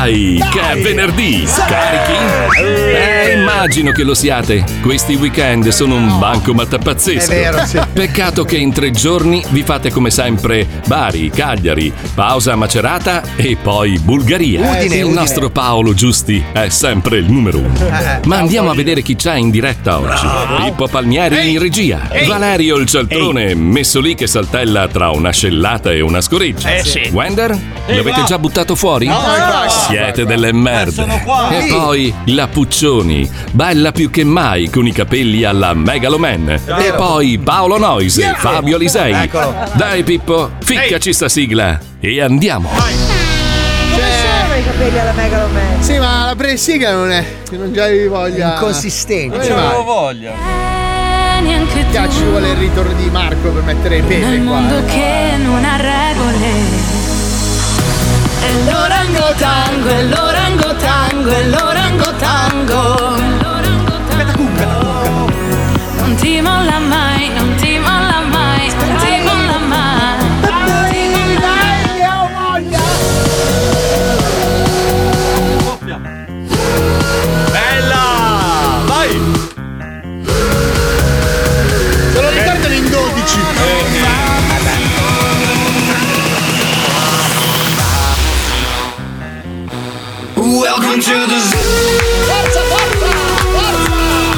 Dai, che è venerdì! Carichi? Immagino che lo siate. Questi weekend sono un bancomat pazzesco. È vero, sì. Peccato che in 3 giorni vi fate come sempre Bari, Cagliari, pausa Macerata e poi Bulgaria. Il nostro Paolo Giusti è sempre il numero 1. Ma andiamo a vedere chi c'è in diretta oggi. Pippo Palmieri in regia. Valerio il cialtrone messo lì che saltella tra un'ascellata e una scoreggia. Sì. Wender? L'avete già buttato fuori? No. Siete delle merde. Sono qua. E poi la Puccioni, bella più che mai con i capelli alla Megaloman. E poi Paolo Noise e Fabio Alisei. Eccolo. Dai Pippo, ficcaci sta sigla e andiamo. Come sono i capelli alla Megaloman? Sì, ma la pre-sigla non già avevi voglia. Inconsistente. Dove Non vai? avevo voglia. Neanche tu. Ci vuole il ritorno di Marco per mettere i Nel peli qua. mondo che non ha regole. E l'orangotango, e l'orangotango, e l'orangotango. Non ti molla mai, non ti molla mai, non ti molla mai. Bella! Vai! Se lo ricordano in 12. Welcome to the zoo. Forza, forza, forza!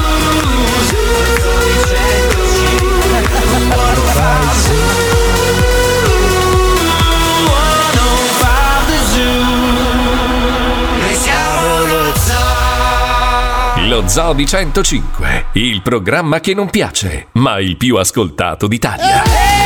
Lo Zoo di 105, il programma che non piace, ma il più ascoltato d'Italia.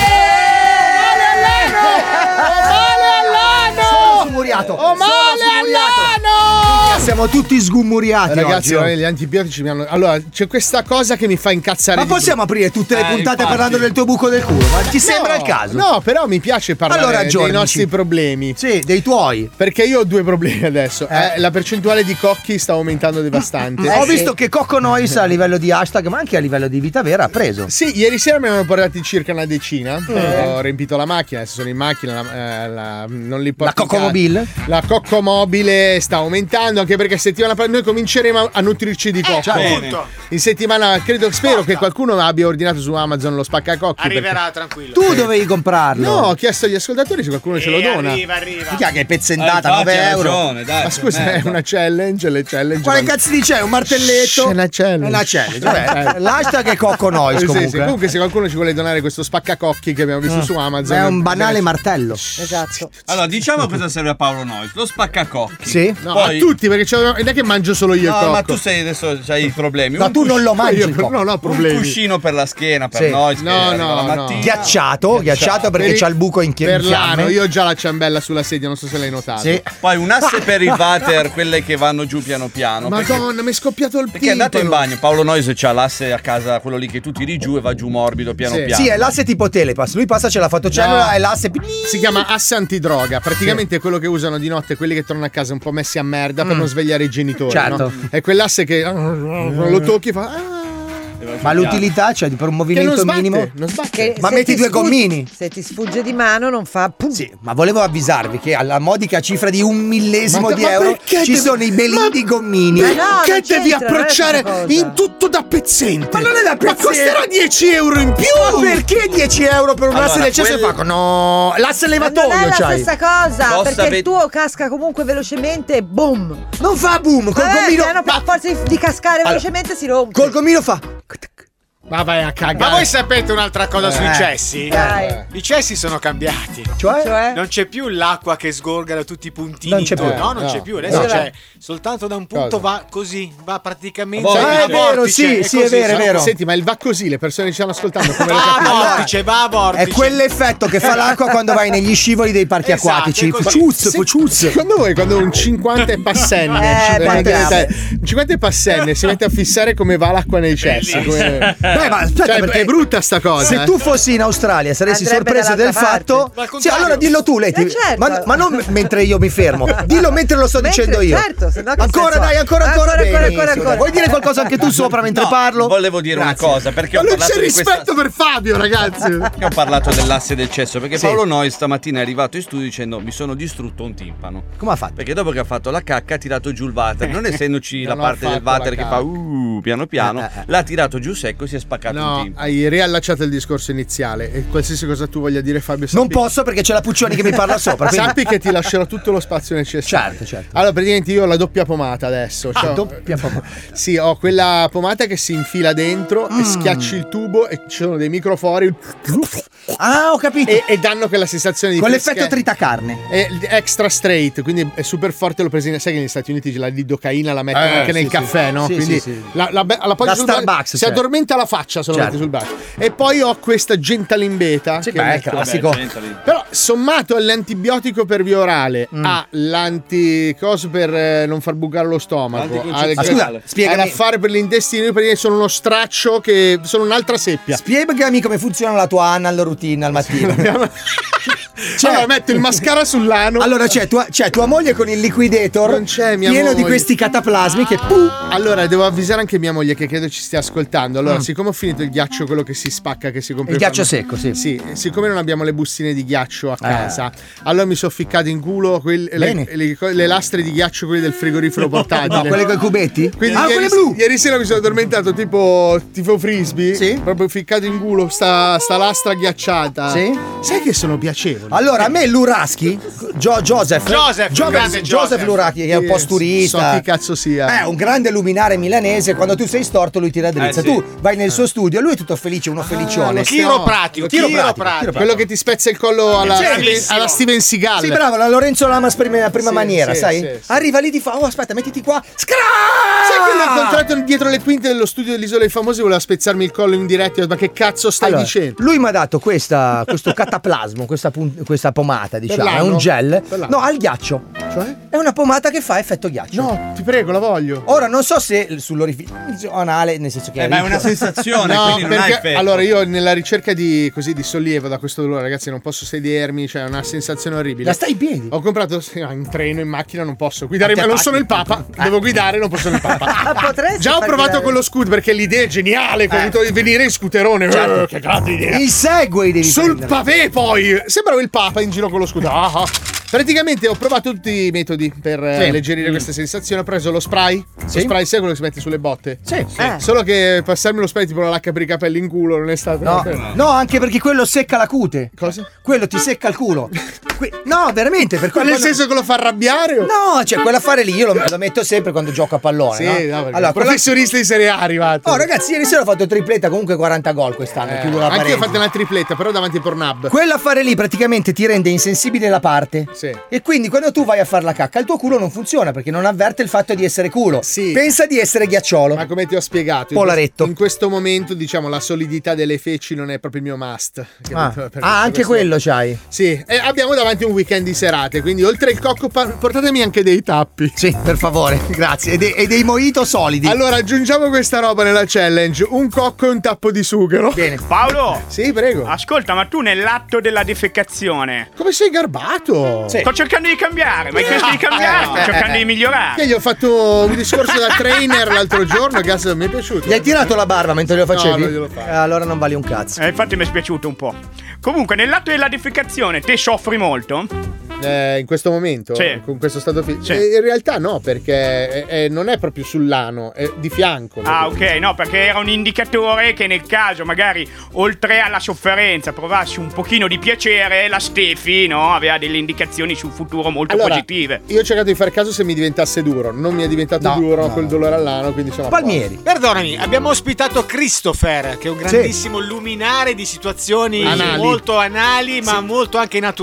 Sgumuriato. Oh, male all'ano! Siamo tutti sgumuriati Ragazzi, oggi. gli antibiotici mi hanno. Allora, c'è questa cosa che mi fa incazzare. Ma possiamo aprire tutte le puntate infatti. parlando del tuo buco del culo? Ma ti sembra il caso? No, però mi piace parlare Allora, dei aggiornici. nostri problemi. Sì, dei tuoi. Perché io ho 2 problemi adesso. La percentuale di cocchi sta aumentando devastante. Ho visto che Cocco Noise a livello di hashtag, ma anche a livello di vita vera, ha preso. Sì, ieri sera me ne hanno portati circa una decina. Ho riempito la macchina, adesso sono in macchina. Non li porto La in casa. Coccomobile? La Coccomobile sta aumentando, anche perché settimana prossima noi cominceremo a nutrirci di cocco. In settimana, spero che qualcuno abbia ordinato su Amazon lo spaccacocchi. Arriverà, tranquillo. Tu dovevi comprarlo. No, ho chiesto agli ascoltatori se qualcuno ce lo dona. Arriva. Minchia, che pezzentata, Infatti, 9 hai euro. ragione, dai, Ma scusa, è merda. una challenge, le challenge. Quale cazzo dice? Un martelletto? È una challenge. È una challenge. Vabbè, l'hashtag è Cocco Noise Sì, comunque. sì. Comunque, se qualcuno ci vuole donare questo spaccacocchi che abbiamo visto su Amazon, Ma è un banale martello. Esatto. Allora, diciamo cosa serve a Paolo Nois. Lo spaccacocchi. Sì. No, Poi- a tutti, perché non è che mangio solo io il No, cocco. ma tu sei adesso c'hai i problemi. Ma tu non lo mangi Io il cocco. non ho Un problemi. cuscino per la schiena, per Sì. noi. No, la no, mattina. Ghiacciato perché Per- c'ha il buco in Per l'ano, fiamme. io ho già la ciambella sulla sedia, non so se l'hai notato. Sì. Poi un asse per il water, quelle che vanno giù piano piano. Madonna, mi è scoppiato il Perché è andato in timpano. bagno. Paolo Noise c'ha l'asse a casa, quello lì che tu tiri giù e va giù morbido piano Sì. piano. Sì, è l'asse tipo telepass. Lui passa, c'è la fotocellula No. e l'asse. Si chiama asse antidroga, praticamente è quello che usano di notte quelli che tornano a casa un po' messi a merda per non svegliare i genitori. Certo. No? È quell'asse che lo tocchi e fa. Ma l'utilità, cioè per un Che non movimento sbatte, minimo. non sbatte. Che Ma se metti ti 2 gommini. Se ti sfugge di mano non fa pum. Sì, ma volevo avvisarvi che alla modica cifra di 1/1000 Ma di ma euro perché ci devi- sono i belindi gommini. Ma no, Perché non devi c'entra, non è approcciare questa cosa. in tutto da pezzente? Ma non è da Ma pezzente. costerà 10 euro in più! Ma perché 10 euro per un Allora, asse del cesso? quel- Fa no, l'asse Ma non è levatoio la c'hai. stessa cosa, Costa perché ve- il tuo casca comunque velocemente, boom. Non fa boom, col Vabbè, gommino. piano, a forza di cascare velocemente si rompe. Col gommino fa. Ma vai a cagare. Ma voi sapete un'altra cosa sui cessi? Dai. I cessi sono cambiati. Cioè? Non c'è più l'acqua che sgorga da tutti i puntini. Non c'è più. No, non No. c'è più. Adesso No. c'è soltanto da un punto Cosa? va così, va praticamente Ah, a è vero, vortice, sì, è così, vero, è vero. Senti, ma il va così, le persone che ci stanno ascoltando come lo Va a capiscono? vortice, va a vortice. È quell'effetto che fa l'acqua quando vai negli scivoli dei parchi Esatto, acquatici. è così. Fuciuz. Secondo voi quando un 50 e passenne bravo. un 50 e passenne si mette a fissare come va l'acqua nei cessi? Come... Beh, ma aspetta, Cioè, perché è brutta sta cosa. se tu fossi in Australia saresti Andrebbe sorpreso del dall'altra fatto. parte. Sì, allora dillo tu, Leti. certo. Ma non mentre io mi fermo. Dillo mentre lo sto dicendo io. Certo, se no che ancora, senso ha? dai, ancora. Benissimo, ancora. dai. Vuoi dire qualcosa anche tu sopra mentre parlo? Volevo dire Grazie. una cosa, perché Ma ho non parlato c'è di rispetto per Fabio, ragazzi. Perché ho parlato dell'asse del cesso? Perché Sì. Paolo Noi stamattina è arrivato in studio dicendo mi sono distrutto un timpano. Come ha fatto? Perché dopo che ha fatto la cacca ha tirato giù il water. Non essendoci la Non ho parte del fatto water la che cacca. fa piano piano, l'ha tirato giù secco e si è spaccato un No, timpano. hai riallacciato il discorso iniziale e qualsiasi cosa tu voglia dire, Fabio, Non sappi- posso perché c'è la Puccioni che mi parla sopra. quindi- Sappi che ti lascerò tutto lo spazio necessario. Certo. Allora, praticamente io ho la doppia pomata adesso. Cioè, doppia pomata. Sì, ho quella pomata che si infila dentro e schiacci il tubo e ci sono dei microfori Ah, ho capito. e danno quella sensazione di Con freschezza. l'effetto tritacarne. È extra straight, quindi è super forte. L'ho presa sai che negli Stati Uniti la lidocaina la mettono anche nel sì, caffè, sì. no? Sì, Quindi sì. la poggi Da sul Starbucks, si cioè. addormenta la faccia se lo Certo. metti sul bacio. E poi ho questa gentalimbeta Sì, che beh, è metto- classico. Però sommato all'antibiotico per via orale, a l'anticoso per non far bucare lo stomaco, L'anticoncezionale. Ma scusa, spiegami. all'affare per l'intestino, io praticamente sono uno straccio che sono un'altra seppia. Spiegami come funziona la tua anal routine al mattino. Allora metto il mascara sull'ano. Allora c'è tua moglie con il liquidator Non c'è mia pieno di moglie. questi cataplasmi che Allora, devo avvisare anche mia moglie che credo ci stia ascoltando. Allora, siccome ho finito il ghiaccio, quello che si spacca, che si compra. il ghiaccio secco, sì. Sì, siccome non abbiamo le bustine di ghiaccio a casa, allora mi sono ficcato in culo Bene. le lastre di ghiaccio, quelli del frigorifero portatile. No, quelle con i cubetti? Quindi Ah, ieri, quelle blu. ieri sera mi sono addormentato tipo tifo frisbee. Sì. Proprio ficcato in culo, sta lastra ghiacciata. Sì. Sai che sono piacevoli? Allora, a me Luraschi, Joseph grande Joseph. Luraschi, che è un po' sturista. So chi cazzo sia. È un grande luminare milanese. Quando tu sei storto, lui ti raddrizza. sì. Tu vai nel suo studio, lui è tutto felice, uno felicione. Chiropratico. Quello che ti spezza il collo alla, Bravissimo. alla Steven Seagal. Sì, bravo, la Lorenzo Lamas prima Sì, maniera, sì, sai? sì, sì. Arriva lì, ti fa, oh, aspetta, mettiti qua. Sai che l'ho incontrato dietro le quinte dello studio dell'Isola dei Famosi, voleva spezzarmi il collo in diretta. Io ho detto, ma che cazzo stai Allora, dicendo? lui mi ha dato questo cataplasmo, questa pomata, diciamo, è l'anno? un gel. Per l'anno. No, al ghiaccio. Cioè? È una pomata che fa effetto ghiaccio. No, ti prego, la voglio. Ora non so se sull'orifizio anale, nel senso che Ma è una sensazione, No, quindi non ha perché effetto. allora io nella ricerca di sollievo da questo dolore, ragazzi, non posso sedermi, cioè è una sensazione orribile. la stai in piedi. Ho comprato in treno, in macchina, non posso guidare, Ma ma te non pacchi. sono il Papa. Devo guidare, non posso il Papa. Potresti Già ho far provato girare. con lo scooter perché l'idea è geniale. Ho voluto venire in scooterone. Certo. Che grande idea. Il Segway devi Sul prendere. pavé poi sembravo il Papa in giro con lo scooter. Praticamente ho provato tutti i metodi per alleggerire questa sensazione. Ho preso lo spray. Sì. Lo spray, sai quello che si mette sulle botte? Sì. Solo che passarmi lo spray tipo la lacca per i capelli in culo non è stato. No, anche perché quello secca la cute. Cosa? Quello ti secca il culo. No, veramente, per Ma quello. nel senso che lo fa arrabbiare? O? No, cioè quell'affare lì io lo metto sempre quando gioco a pallone. Sì, no? no, perché Allora, professionista di Serie A arrivato. Oh, ragazzi, ieri sera ho fatto tripletta, comunque 40 gol quest'anno. chiudo la Anche io ho parentesi. fatto una tripletta, però davanti a Pornhub. Quell'affare lì praticamente ti rende insensibile la parte. Sì. E quindi quando tu vai a fare la cacca, il tuo culo non funziona perché non avverte il fatto di essere culo. Sì. Pensa di essere ghiacciolo. Ma come ti ho spiegato, Polaretto. in questo momento, diciamo, la solidità delle feci non è proprio il mio must. Perché anche questo- quello c'hai. Sì, e abbiamo davanti un weekend di serate, quindi oltre il cocco portatemi anche dei tappi. Sì, per favore, grazie. E dei mojito solidi. Allora aggiungiamo questa roba nella challenge, un cocco e un tappo di sughero. Bene. Paolo, Sì, prego. ascolta, ma tu nell'atto della defecazione Come sei garbato? Sì. sto cercando di cambiare, ma hai chiesto di cambiare, sto cercando di migliorare. Che gli ho fatto un discorso da trainer l'altro giorno, cazzo, mi è piaciuto. Gli hai tirato la barba mentre lo facevi? non glielo fare. Allora non vali un cazzo. Infatti mi è spiaciuto un po'. Comunque, nell'atto della defecazione, te soffri molto? In questo momento? Sì. Con questo stato fisico? Sì. In realtà no, perché non è proprio sull'ano, è di fianco. Ah, ok, no, perché era un indicatore che nel caso magari oltre alla sofferenza provassi un pochino di piacere, la Stefi, no, aveva delle indicazioni sul futuro molto Allora, positive. io ho cercato di fare caso se mi diventasse duro. Non mi è diventato No, duro no, col no. dolore all'ano, quindi sono a Palmieri. Perdonami, abbiamo ospitato Christopher, che è un grandissimo luminare di situazioni Anali. molto anali, ma molto anche naturali.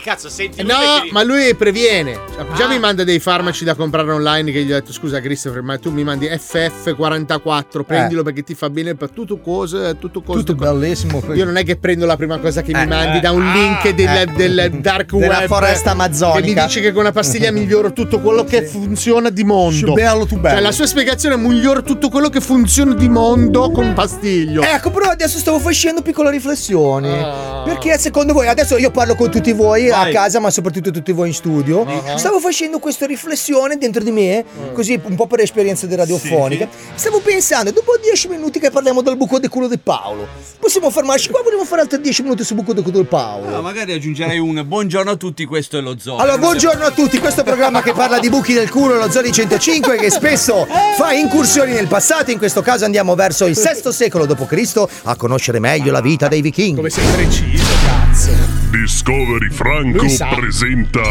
cazzo, senti. No, ma lui previene. Già mi manda dei farmaci da comprare online che gli ho detto scusa Christopher, ma tu mi mandi FF44, prendilo perché ti fa bene per tutto bellissimo. Io non è che prendo la prima cosa che mi mandi da un link del dark web, della foresta amazzonica, che mi dice che con una pastiglia miglioro tutto quello che funziona di mondo. Bello. Cioè la sua spiegazione è miglioro tutto quello che funziona di mondo con pastiglio. Ecco, però adesso stavo facendo piccole riflessioni. Perché secondo voi, adesso io parlo con tutti voi a casa, ma soprattutto tutti voi in studio, stavo facendo questa riflessione dentro di me, così un po' per esperienza di radiofonica. Stavo pensando, dopo 10 minuti che parliamo del buco di culo di Paolo, possiamo fermarci qua, vogliamo fare altri 10 minuti sul buco di culo di Paolo? No, magari aggiungerei un buongiorno a tutti, questo è lo Zoo. Allora, buongiorno a tutti, questo è un programma che parla di buchi del culo, lo Zoo di 105, che spesso fa incursioni nel passato. In questo caso andiamo verso il VI secolo d.C. a conoscere meglio la vita dei vichinghi. Come sei preciso, cazzo. Discovery Franco presenta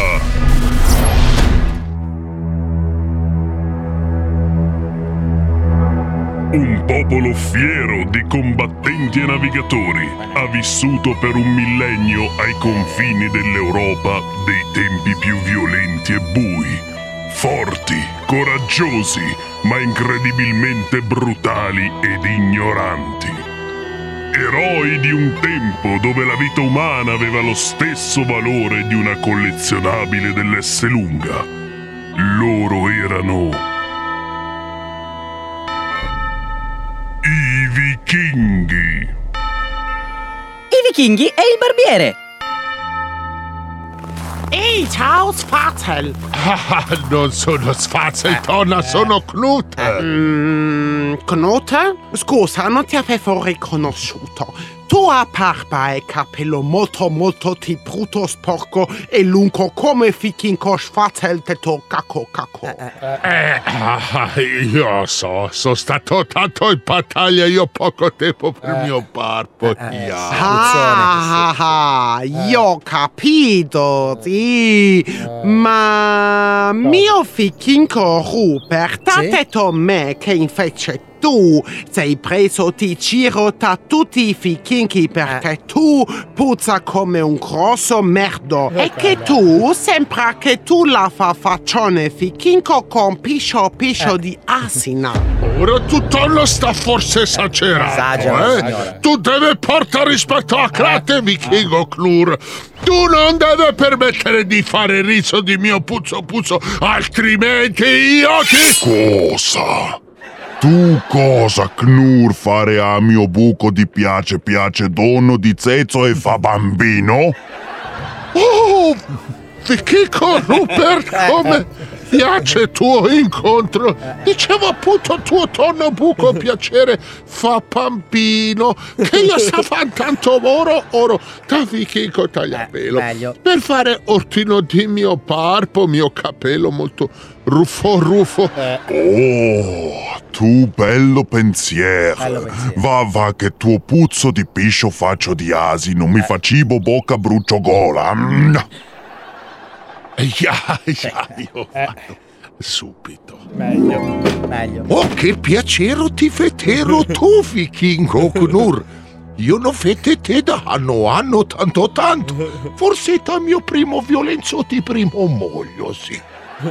un popolo fiero di combattenti e navigatori ha vissuto per un millennio ai confini dell'Europa dei tempi più violenti e bui. Forti, coraggiosi, ma incredibilmente brutali ed ignoranti. Eroi di un tempo dove la vita umana aveva lo stesso valore di una collezionabile dell'Esselunga. Loro erano i vichinghi. I vichinghi e il barbiere. Ehi, ciao Sfazel! Non sono Sfazeltonna, sono Knut! Knut? Scusa, non ti avevo riconosciuto. Tu hai barba e capello molto brutto, sporco e lungo come vichingo Sfazel detto cacco. Io sono stato tanto in battaglia, io ho poco tempo per il mio barbo. Io ho capito, sì. Ma mio vichingo Rupert ha detto a me che invece tu sei preso di giro da tutti i vichinghi perché tu puzza come un grosso merdo e che tu sembra che tu lava faccione vichingo con piscio di asina. Ora tu lo sta forse esagerando, Tu devi portare rispetto a Crate, vichingo Knur. Tu non devi permettere di fare riso di mio puzzo, altrimenti io ti... Cosa? Tu cosa, Knur, fare a mio buco di piace dono di zezzo e fa bambino? Oh, vichingo Rupert, come piace tuo incontro. Dicevo appunto tuo tonno buco piacere fa bambino, che io sta fan tanto oro da vichingo tagliapelo per fare ordino di mio barbo, mio capello molto ruffo. Oh, tu bello pensiero. Va che tuo puzzo di piscio faccio di asino mi fa cibo bocca brucio gola. Io vado subito. Meglio. Oh, che piacere ti vedere tu, vichingo Knur. Io non vede te da anno tanto. Forse da mio primo violenzo di primo moglio, sì.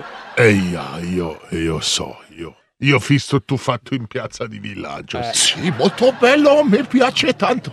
Io so. Io ho visto tu fatto in piazza di villaggio. Sì, molto bello, mi piace tanto.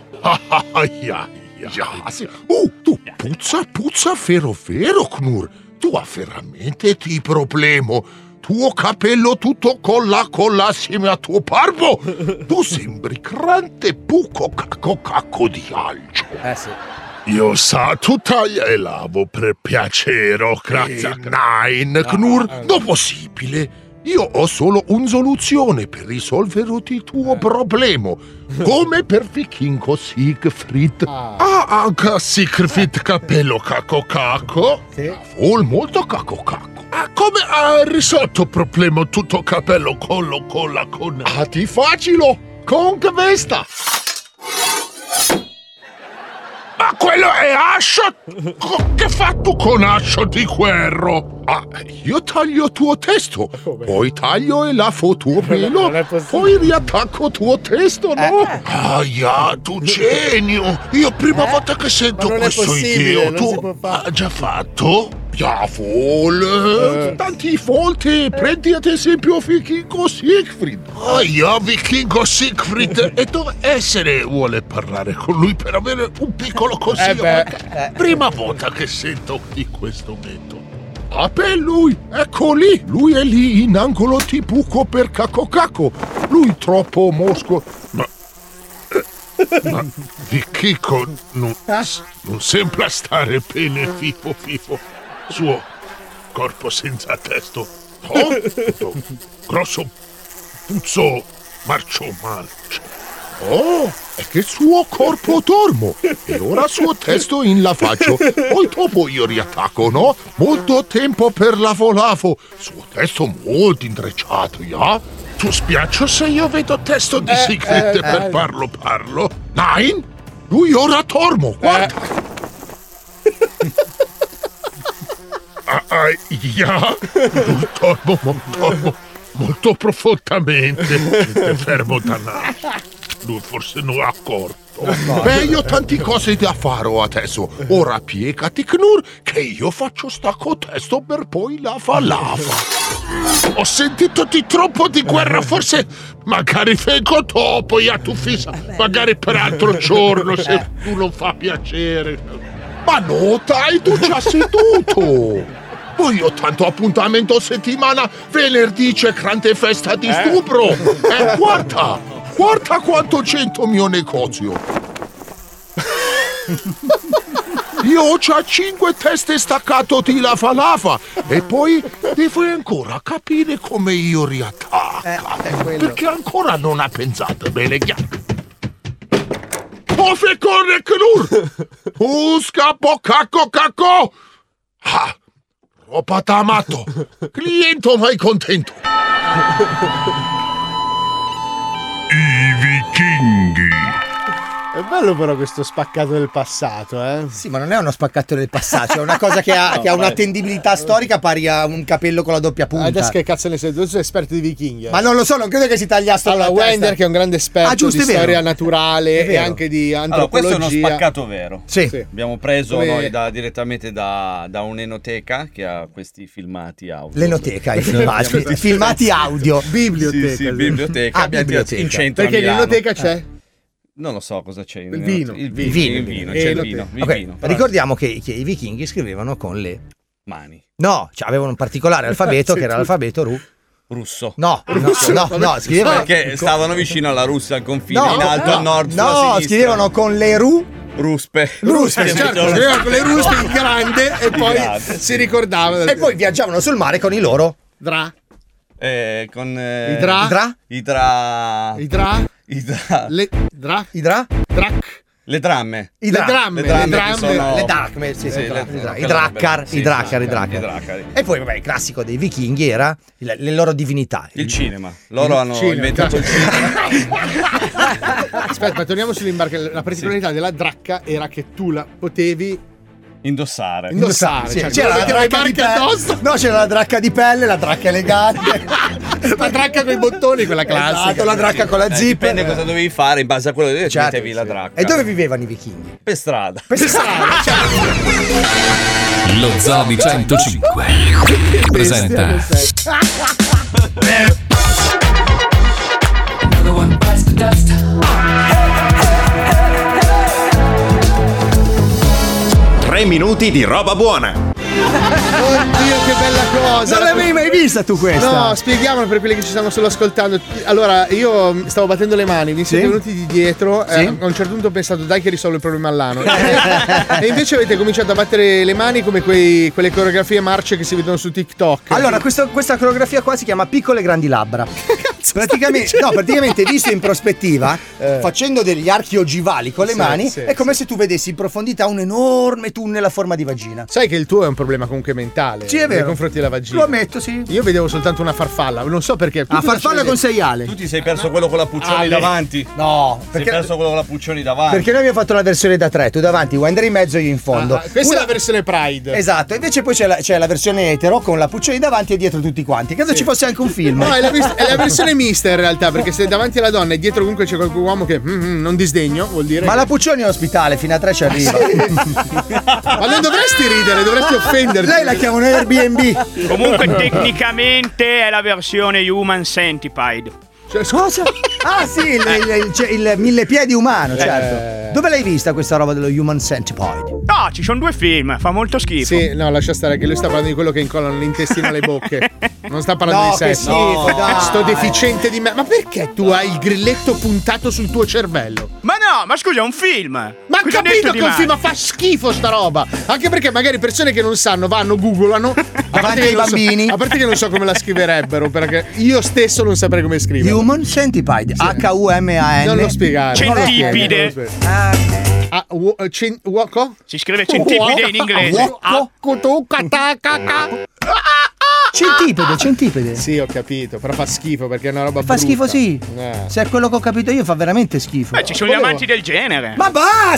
Sì. Tu puzza vero, Knur. Tu hai veramente di problema. Tuo capello tutto colla assieme a tuo barbo. Tu sembri grande buco cacco di alcio. Sì. Io sa, tu taglia e lavo per piacere, grazie. Nein, Knur, non possibile. Io ho solo una soluzione per risolvere il tuo problema. Come per vichingo Siegfried. Anche Siegfried capello cacco. Sì. Molto cacco. Come ha risolto il problema tutto capello collo colla con... Ti facile, con questa. Ma quello è ascio. Che fai tu con ascio di guerro? Io taglio tuo testo, poi taglio e lavo tuo pelo, poi riattacco tuo testo, no? Tu genio! Io prima volta che sento questo idea, tu hai già fatto? Jawohl! Tanti volte, prendi ad esempio Vichingo Siegfried. Vichingo Siegfried, e dove essere vuole parlare con lui per avere un piccolo consiglio? Prima volta che sento di questo metodo. Lui, ecco lì, lui è lì in angolo ti buco per caco. Lui troppo mosco. Ma Vichingo non sembra stare bene fifo. Suo corpo senza testo. Grosso puzzo marcio marcio. È che suo corpo dormo e ora suo testo in lavaggio. Poi dopo io riattacco, no? Molto tempo per lavo. Suo testo molto intrecciato, ja? Tu spiaccio se io vedo testo di Secret per parlo. Nein? Lui ora dormo, guarda. Lui dormo molto profondamente. Fermo dannato. Lui forse non ha accorto. Io ho tante cose da fare adesso. Ora piegati, Knur, che io faccio stacco testo per poi lava. Ho sentito di troppo di guerra, forse magari vengo dopo, tu fissa. Magari per altro giorno, se tu non fa piacere. Ma no, dai, tu già seduto. Poi ho tanto appuntamento settimana. Venerdì c'è grande festa di stupro. Guarda quanto c'entro mio negozio. Io ho già 5 teste staccato di lava e poi devo ancora capire come io riattacca. Perché ancora non ha pensato bene. Poffe corre Knur! Scappo cacco! Roba da matto! Cliente mai contento! I vichinghi. È bello però questo spaccato del passato, Sì, ma non è uno spaccato del passato, è una cosa che ha un'attendibilità storica pari a un capello con la doppia punta. Adesso che cazzo ne sei? Tu sei esperto di vichinghi. Ma non lo so, non credo che si tagliassero la Wender, testa. che è un grande esperto di storia naturale e anche di antropologia. Questo è uno spaccato vero. Sì. Abbiamo preso noi direttamente da un'enoteca che ha questi filmati audio. L'enoteca, i filmati audio. Biblioteca. Sì, biblioteca. Biblioteca. In centro perché l'enoteca c'è? Non lo so cosa c'è. Il vino. C'è il vino. Ricordiamo che i vichinghi scrivevano con le mani. No, avevano un particolare alfabeto che era l'alfabeto russo. No, scrivevano perché stavano vicino alla Russia, al confine in alto a nord. No, scrivevano con le ruspe, certo, scrivevano con le ruspe in grande e poi si ricordavano. E poi viaggiavano sul mare con i loro dra. Con le dramme. I drakkar. E poi vabbè, il classico dei vichinghi era le loro divinità. Il cinema. Loro hanno inventato il cinema. Aspetta, ma torniamo sull'imbarcazione. La particolarità della dracca era che tu la potevi indossare. Sì. C'era la dracca di pelle. No, c'era la dracca di pelle, la dracca elegante. La dracca con i bottoni, quella classica. Esatto, la dracca con la zip. Dipende cosa dovevi fare, in base a quello che mettevi la dracca. E dove vivevano i vichinghi? Per strada. Lo Zoo di 105 presenta Tre minuti di roba buona. Oddio, che bella cosa! Non l'avevi mai vista tu questa? No, spieghiamolo per quelli che ci stanno solo ascoltando. Allora, io stavo battendo le mani, vi siete venuti di dietro. A un certo punto ho pensato, dai, che risolvo il problema all'ano. E invece avete cominciato a battere le mani come quelle coreografie marce che si vedono su TikTok. Allora, questa coreografia qua si chiama Piccole Grandi Labbra. cazzo? Praticamente visto in prospettiva, facendo degli archi ogivali con le mani, è come se tu vedessi in profondità un enorme tunnel a forma di vagina. Sai che il tuo è un problema comunque mentale. Sì, è vero. Nei confronti della vagina. Lo ammetto, sì. Io vedevo soltanto una farfalla, non so perché. Farfalla con seiale. Tu ti sei perso quello con la Puccioni davanti. No, Sei perso quello con la Puccioni davanti. Perché noi abbiamo fatto la versione da 3, tu davanti, vuoi andare in mezzo, io in fondo. Questa è la versione Pride. Esatto, invece poi c'è la versione etero con la Puccioni davanti e dietro tutti quanti. Credo ci fosse anche un film. No, è la versione mista in realtà, perché se davanti alla donna e dietro comunque c'è qualche uomo che non disdegno, vuol dire. Ma la Puccioni è ospitale, fino a 3 ci arriva. Ma non dovresti ridere, dovresti offenderti. Lei la chiama un Airbnb. Comunque tecnicamente è la versione Human Centipede. Cosa? Ah sì, il millepiedi umano, certo. Dove l'hai vista questa roba dello Human Centipede? No, ci sono 2 film, fa molto schifo. Sì, no, lascia stare che lui sta parlando di quello che incollano l'intestino alle bocche. Non sta parlando di sesso. Schifo, dai. Sto deficiente di me. Ma perché tu hai il grilletto puntato sul tuo cervello? Ma no, ma scusa, è un film. Ma ho capito che è un film, ma fa schifo sta roba. Anche perché magari persone che non sanno vanno, googolano davanti ai bambini. A parte che non so come la scriverebbero, perché io stesso non saprei come scrivere. Human Centipede, Human. Non lo spiegare. Centipede. Si scrive centipede in inglese. Centipede. Sì, ho capito, però fa schifo perché è una roba fa brutta. schifo, sì. Se è quello che ho capito io, fa veramente schifo. Ci sono gli amanti del genere. Ma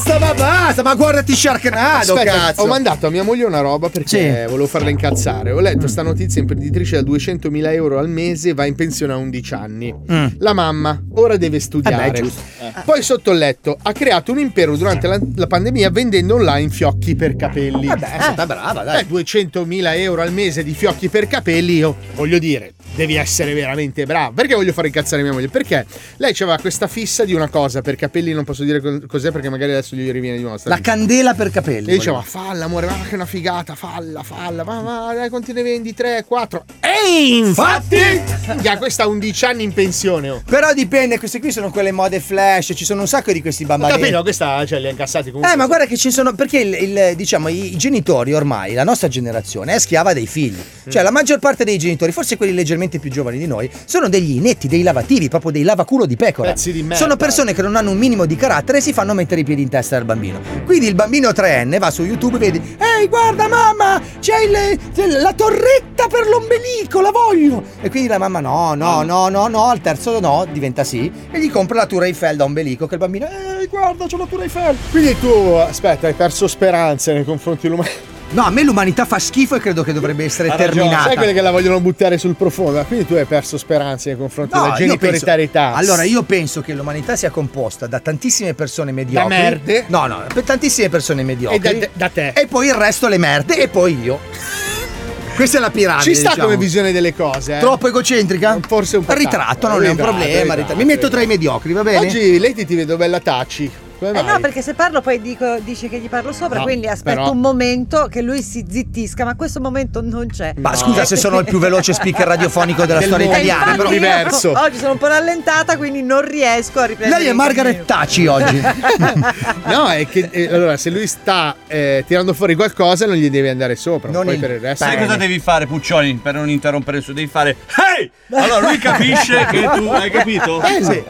basta, ma guardati Sharknado, cazzo. Ho mandato a mia moglie una roba perché volevo farla incazzare. Ho letto sta notizia: imprenditrice da 200.000 euro al mese va in pensione a 11 anni. La mamma ora deve studiare. Poi sotto il letto ha creato un impero durante la pandemia vendendo online fiocchi per capelli. Vabbè, è stata brava, dai. 200.000 euro al mese di fiocchi per capelli, io voglio dire, devi essere veramente bravo. Perché voglio fare incazzare mia moglie? Perché lei aveva questa fissa di una cosa per capelli, non posso dire cos'è perché magari adesso gli riviene di nuovo. La candela per capelli. E diceva, falla amore, ma che una figata, falla, ma dai, quanti ne vendi? 3, 4. E infatti questa ha 11 anni in pensione. Però dipende, queste qui sono quelle mode flash, ci sono un sacco di questi bambini. Capito, questa li ha incassati comunque. Ma guarda che ci sono, perché diciamo i genitori ormai, la nostra generazione è schiava dei figli. Cioè la maggior parte dei genitori, forse quelli leggermente più giovani di noi, sono degli inetti, dei lavativi, proprio dei lavaculo di pecora. Pezzi di merda. Sono persone che non hanno un minimo di carattere e si fanno mettere i piedi in testa al bambino. Quindi il bambino 3enne va su YouTube e vedi: ehi, guarda mamma, c'è la torretta per l'ombelico, la voglio. E quindi la mamma no, al terzo no, diventa sì, e gli compra la Tour Eiffel da ombelico, che il bambino, guarda, c'è la Tour Eiffel. Quindi tu, aspetta, hai perso speranze nei confronti dell'umanità. No, a me l'umanità fa schifo e credo che dovrebbe essere terminata. Sai quelle che la vogliono buttare sul profondo? Quindi tu hai perso speranze nei confronti della genitoritarietà. Allora, io penso che l'umanità sia composta da tantissime persone mediocri. Da merde? No, per tantissime persone mediocri. E da te. E poi il resto le merde e poi io. Questa è la piramide. Ci sta come visione delle cose. Troppo egocentrica? Forse un po'. Ritratto, non è un problema. Mi metto tra i mediocri, va bene? Oggi lei ti vedo bella taci. No, perché se parlo poi dice che gli parlo sopra, quindi aspetto un momento che lui si zittisca, ma questo momento non c'è. Ma scusa se sono il più veloce speaker radiofonico della storia italiana, però diverso. Oggi sono un po' rallentata, quindi non riesco a riprendere. Lei è Margaret Thatcher oggi. No, è che allora se lui sta tirando fuori qualcosa non gli devi andare sopra, poi per il resto. Sai cosa devi fare, Puccioni, per non interrompere il suo? Devi fare hey! Allora lui capisce che tu hai capito? Sì.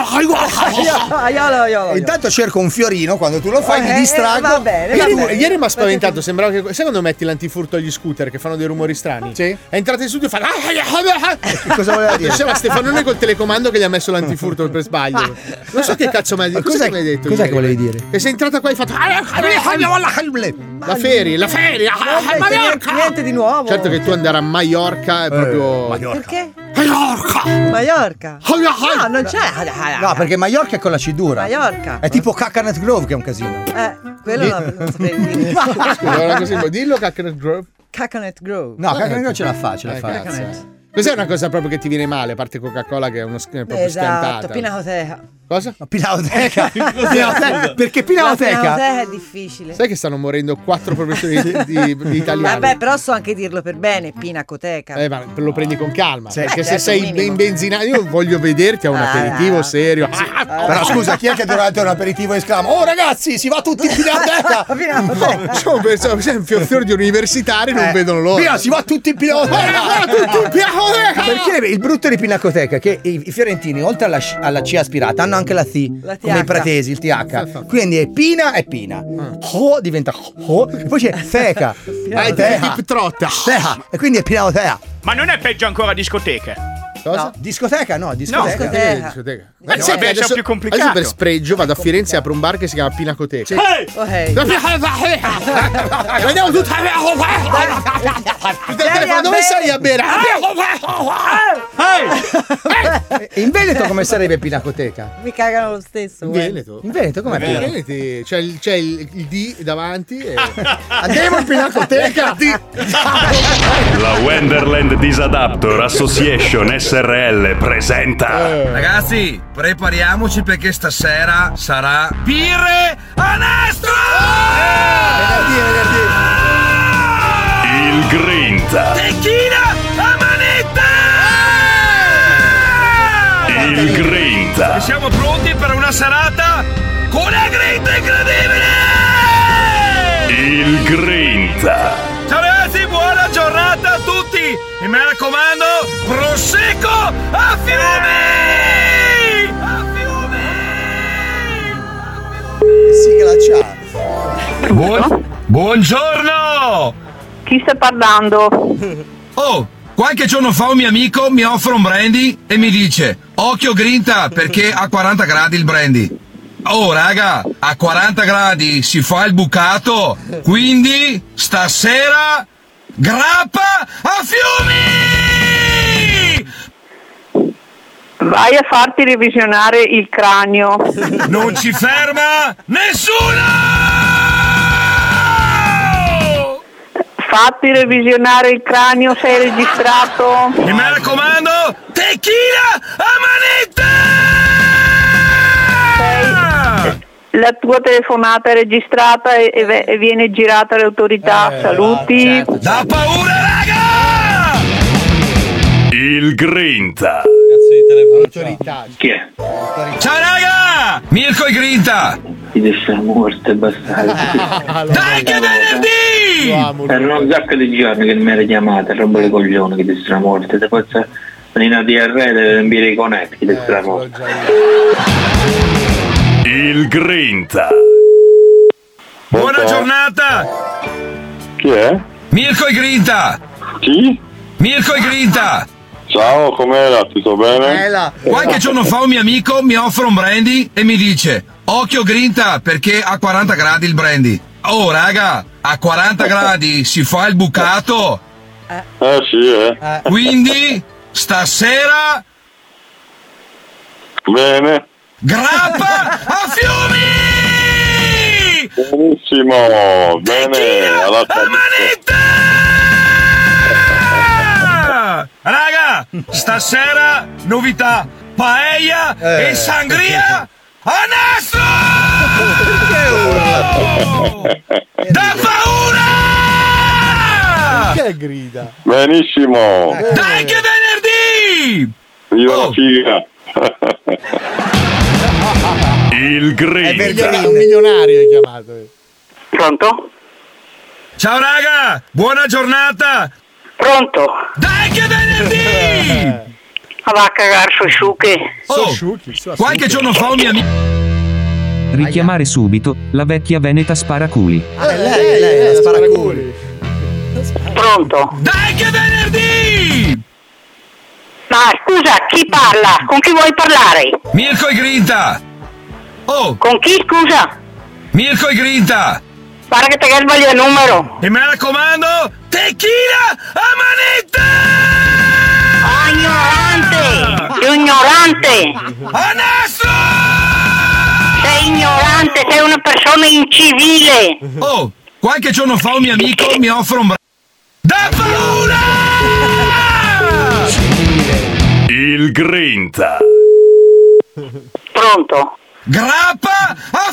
Intanto cerco un fiorino, quando tu lo fai mi distraggo. Va bene, ieri mi ha spaventato, sembrava che sai quando metti l'antifurto agli scooter che fanno dei rumori strani? Sì. È entrato in studio e fa cosa voleva dire? Diceva Stefanone col telecomando che gli ha messo l'antifurto per sbaglio. Non so che cazzo mi ha detto. Cos'è che mi hai detto? Cos'è che volevi dire? E sei entrata qua e hai fatto la feria. Niente di nuovo. Certo che tu andare a Maiorca è proprio Perché? Maiorca. No, non c'è. No, perché Maiorca è con la C-dura. Maiorca. È tipo Coconut Grove, che è un casino. Quello non sapevi dire. Scusa, così, dillo Coconut Grove. Coconut Grove. No, Coconut Grove ce la fa. Cos'è una cosa proprio che ti viene male, a parte Coca-Cola che è proprio schiantata? Esatto, pinacoteca. Cosa? Pinacoteca. Perché Pinacoteca? Pinacoteca è difficile. Sai che stanno morendo 4 professori di italiano? Vabbè, però so anche dirlo per bene, Pinacoteca. Ma lo prendi con calma. Sì, perché certo, se sei minimo. ben benzinato, io voglio vederti a un aperitivo serio. Però scusa, chi è che durante un aperitivo esclama: oh ragazzi, si va tutti in Pinacoteca? No, per esempio, fior di universitari non vedono loro. Via, si va tutti in Pinacoteca! Perché il brutto di Pinacoteca è che i fiorentini, oltre alla C aspirata, hanno anche la T, come i pratesi, il TH. Quindi è Pina. Ho diventa Ho, e poi c'è Teca. Trotta. E quindi è Pinacoteca. Ma non è peggio ancora discoteca? Cosa? No, discoteca. Discoteca. Sì, adesso è più complicato. Adesso per spregio vado a Firenze e apro un bar che si chiama Pinacoteca. Sì. Andiamo tutti dove sei a bere? In Veneto come sarebbe Pinacoteca? Mi cagano lo stesso. In Veneto? In Veneto com'è? In Veneto c'è il D davanti e... Andiamo in Pinacoteca. La Wonderland Disadaptor Association SRL presenta Ragazzi, prepariamoci perché stasera sarà birre a nastro! Il Grinta. Tequila a manetta! Il Grinta. E siamo pronti per una serata con la Grinta incredibile! Il Grinta. Ciao ragazzi, buona giornata a tutti! E mi raccomando, prosecco a fiumi! A fiumi! Sigla Buongiorno! Chi sta parlando? Oh, qualche giorno fa un mio amico mi offre un brandy e mi dice: occhio Grinta perché a 40 gradi il brandy. Oh raga, a 40 gradi si fa il bucato, quindi stasera grappa a fiumi! Vai a farti revisionare il cranio. Non ci ferma nessuno! Fatti revisionare il cranio, sei registrato? E mi raccomando, tequila a manetta! La tua telefonata è registrata e viene girata alle autorità. Saluti. Certo. Da paura, raga! Il Grinta. Autorità. Chi è? Ciao raga! Mirko e Grinta! Ti sta morto e bastardo. Dai che venerdì! Erano un sacco di giorni che mi era chiamata, roba le coglioni che ti sta morto. Te posso venire a DRR e riempire i connect che ti sta morto. Il Grinta. Buona giornata! Chi è? Mirko e Grinta! Chi? Mirko e Grinta! Ciao, com'era? Tutto bene? Qualche giorno fa un mio amico mi offre un brandy e mi dice: occhio Grinta perché a 40 gradi il brandy. Oh raga, a 40 gradi si fa il bucato. Sì. Quindi stasera Bene. grappa a fiumi! Benissimo. Bene. Alla Raga, stasera novità, paella e sangria a nastro! Da paura! Che grida? Benissimo. Dai che venerdì! Viva la figa. Il Grinta. Un milionario è chiamato. Pronto? Ciao raga, buona giornata! Pronto? Dai che venerdì! Ma va a cagare sui sciuchi. Oh, qualche giorno fa un mio amico... Richiamare subito la vecchia veneta sparaculi. Lei la sparaculi. Pronto? Dai che venerdì! Ma scusa, chi parla? Con chi vuoi parlare? Mirko e Grinta! Oh! Con chi, scusa? Mirko e Grinta! Guarda che te che sbaglia il numero! E mi raccomando, tequila a manetta! Oh, ignorante! Ignorante! A nastro! Sei ignorante, sei una persona incivile! Oh, qualche giorno fa un mio amico mi offre un da paura! Il Grinta. Pronto? Grappa a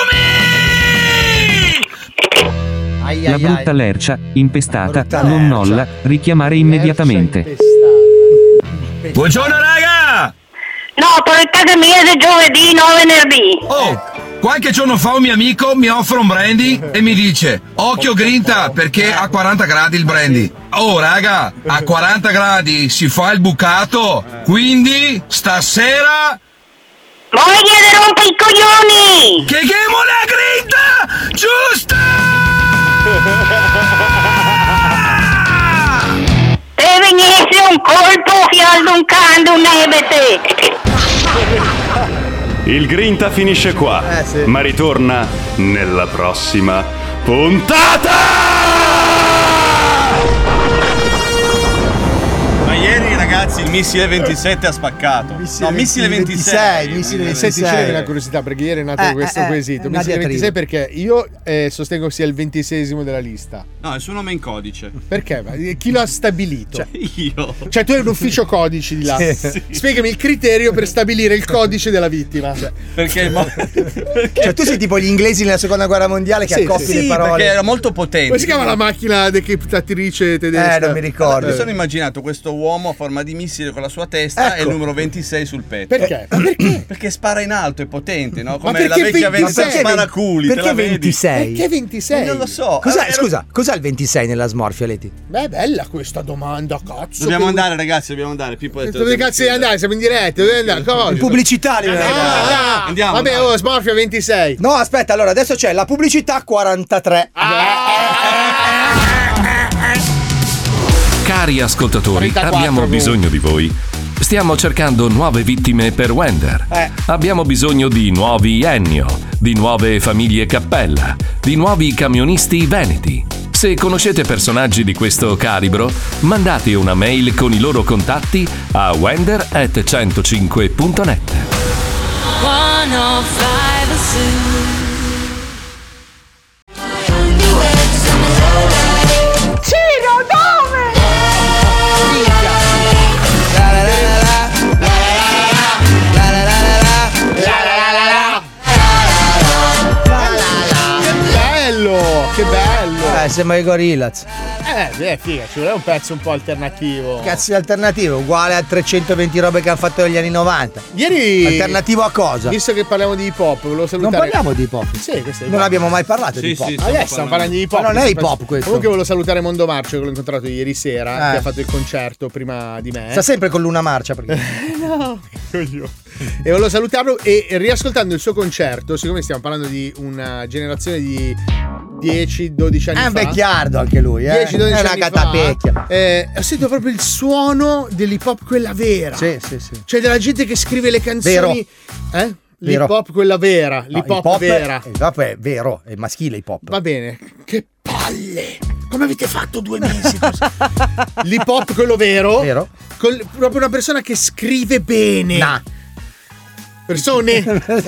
fiumi! La brutta lercia, impestata, non nolla, richiamare immediatamente. Buongiorno raga! No, portate mia di giovedì, no venerdì. Oh, qualche giorno fa un mio amico mi offre un brandy e mi dice occhio grinta perché a 40 gradi il brandy. Oh raga, a 40 gradi si fa il bucato, quindi stasera... Ma mi chiede rompe i coglioni! Che chiamo la grinta! Giusta! E venisse un colpo che alluncando un ebete! Il Grinta finisce qua, ma ritorna nella prossima puntata! Ma ieri ragazzi il missile 27 ha spaccato. Missile 26. Missile 26. C'è una curiosità perché ieri è nato questo quesito. Missile 26 perché io sostengo sia il 26esimo della lista. No, è il suo nome in codice. Perché? Chi lo ha stabilito? Io. Cioè tu hai un ufficio codici di là. Sì. Spiegami il criterio per stabilire il codice della vittima. Perché? Cioè tu sei tipo gli inglesi nella seconda guerra mondiale che accoppi le parole. Perché era molto potente. Come si chiama la macchina decriptatrice tedesca? Non mi ricordo. Mi sono immaginato questo uomo a forma di missile con la sua testa e il numero 26 sul petto. Perché? Perché? Perché spara in alto, è potente, no? Come perché la vecchia 26? sparaculi. Perché 26? Perché 26? Non lo so. Scusa, cos'è il 26 nella smorfia, Leti? Beh, è bella questa domanda, cazzo. Dobbiamo andare, ragazzi, dobbiamo andare. Pippo, dove cazzo devi andare? Siamo in diretta, dove andare? Cosa? In pubblicità Andiamo. Vabbè, smorfia 26. No, aspetta, allora adesso c'è la pubblicità 43. Cari ascoltatori, 34, abbiamo bisogno di voi. Stiamo cercando nuove vittime per Wender. Abbiamo bisogno di nuovi Ennio, di nuove famiglie Cappella, di nuovi camionisti veneti. Se conoscete personaggi di questo calibro, mandate una mail con i loro contatti a wender@105.net. 105 Ciro, dove? Che bello! Sembra i Gorillaz. Figa, ci voleva un pezzo un po' alternativo. Cazzo di alternativo, uguale a 320 robe che hanno fatto negli anni 90. Ieri. Alternativo a cosa? Visto che parliamo di hip hop, volevo salutare. Non parliamo di hip hop. Sì, questo è hip Non hop. abbiamo mai parlato di hip hop. Adesso stiamo parlando di hip hop. Ma non è hip hop questo. Comunque volevo salutare Mondo Marcio che l'ho incontrato ieri sera, che ha fatto il concerto prima di me. Sta sempre con Luna Marcia perché. No. E volevo salutarlo e riascoltando il suo concerto, siccome stiamo parlando di una generazione di 10-12 anni fa. È un vecchiardo anche lui, 10-12 È una anni fa, catapecchia. ho sentito proprio il suono dell'hip hop quella vera. Sì. Cioè della gente che scrive le canzoni. Vero. L'hip hop quella vera. L'hip hop vera. L'hip hop è vero, è maschile hip hop. Va bene. Che palle! Come avete fatto 2 mesi? L'hip hop quello vero. Proprio una persona che scrive bene. Persone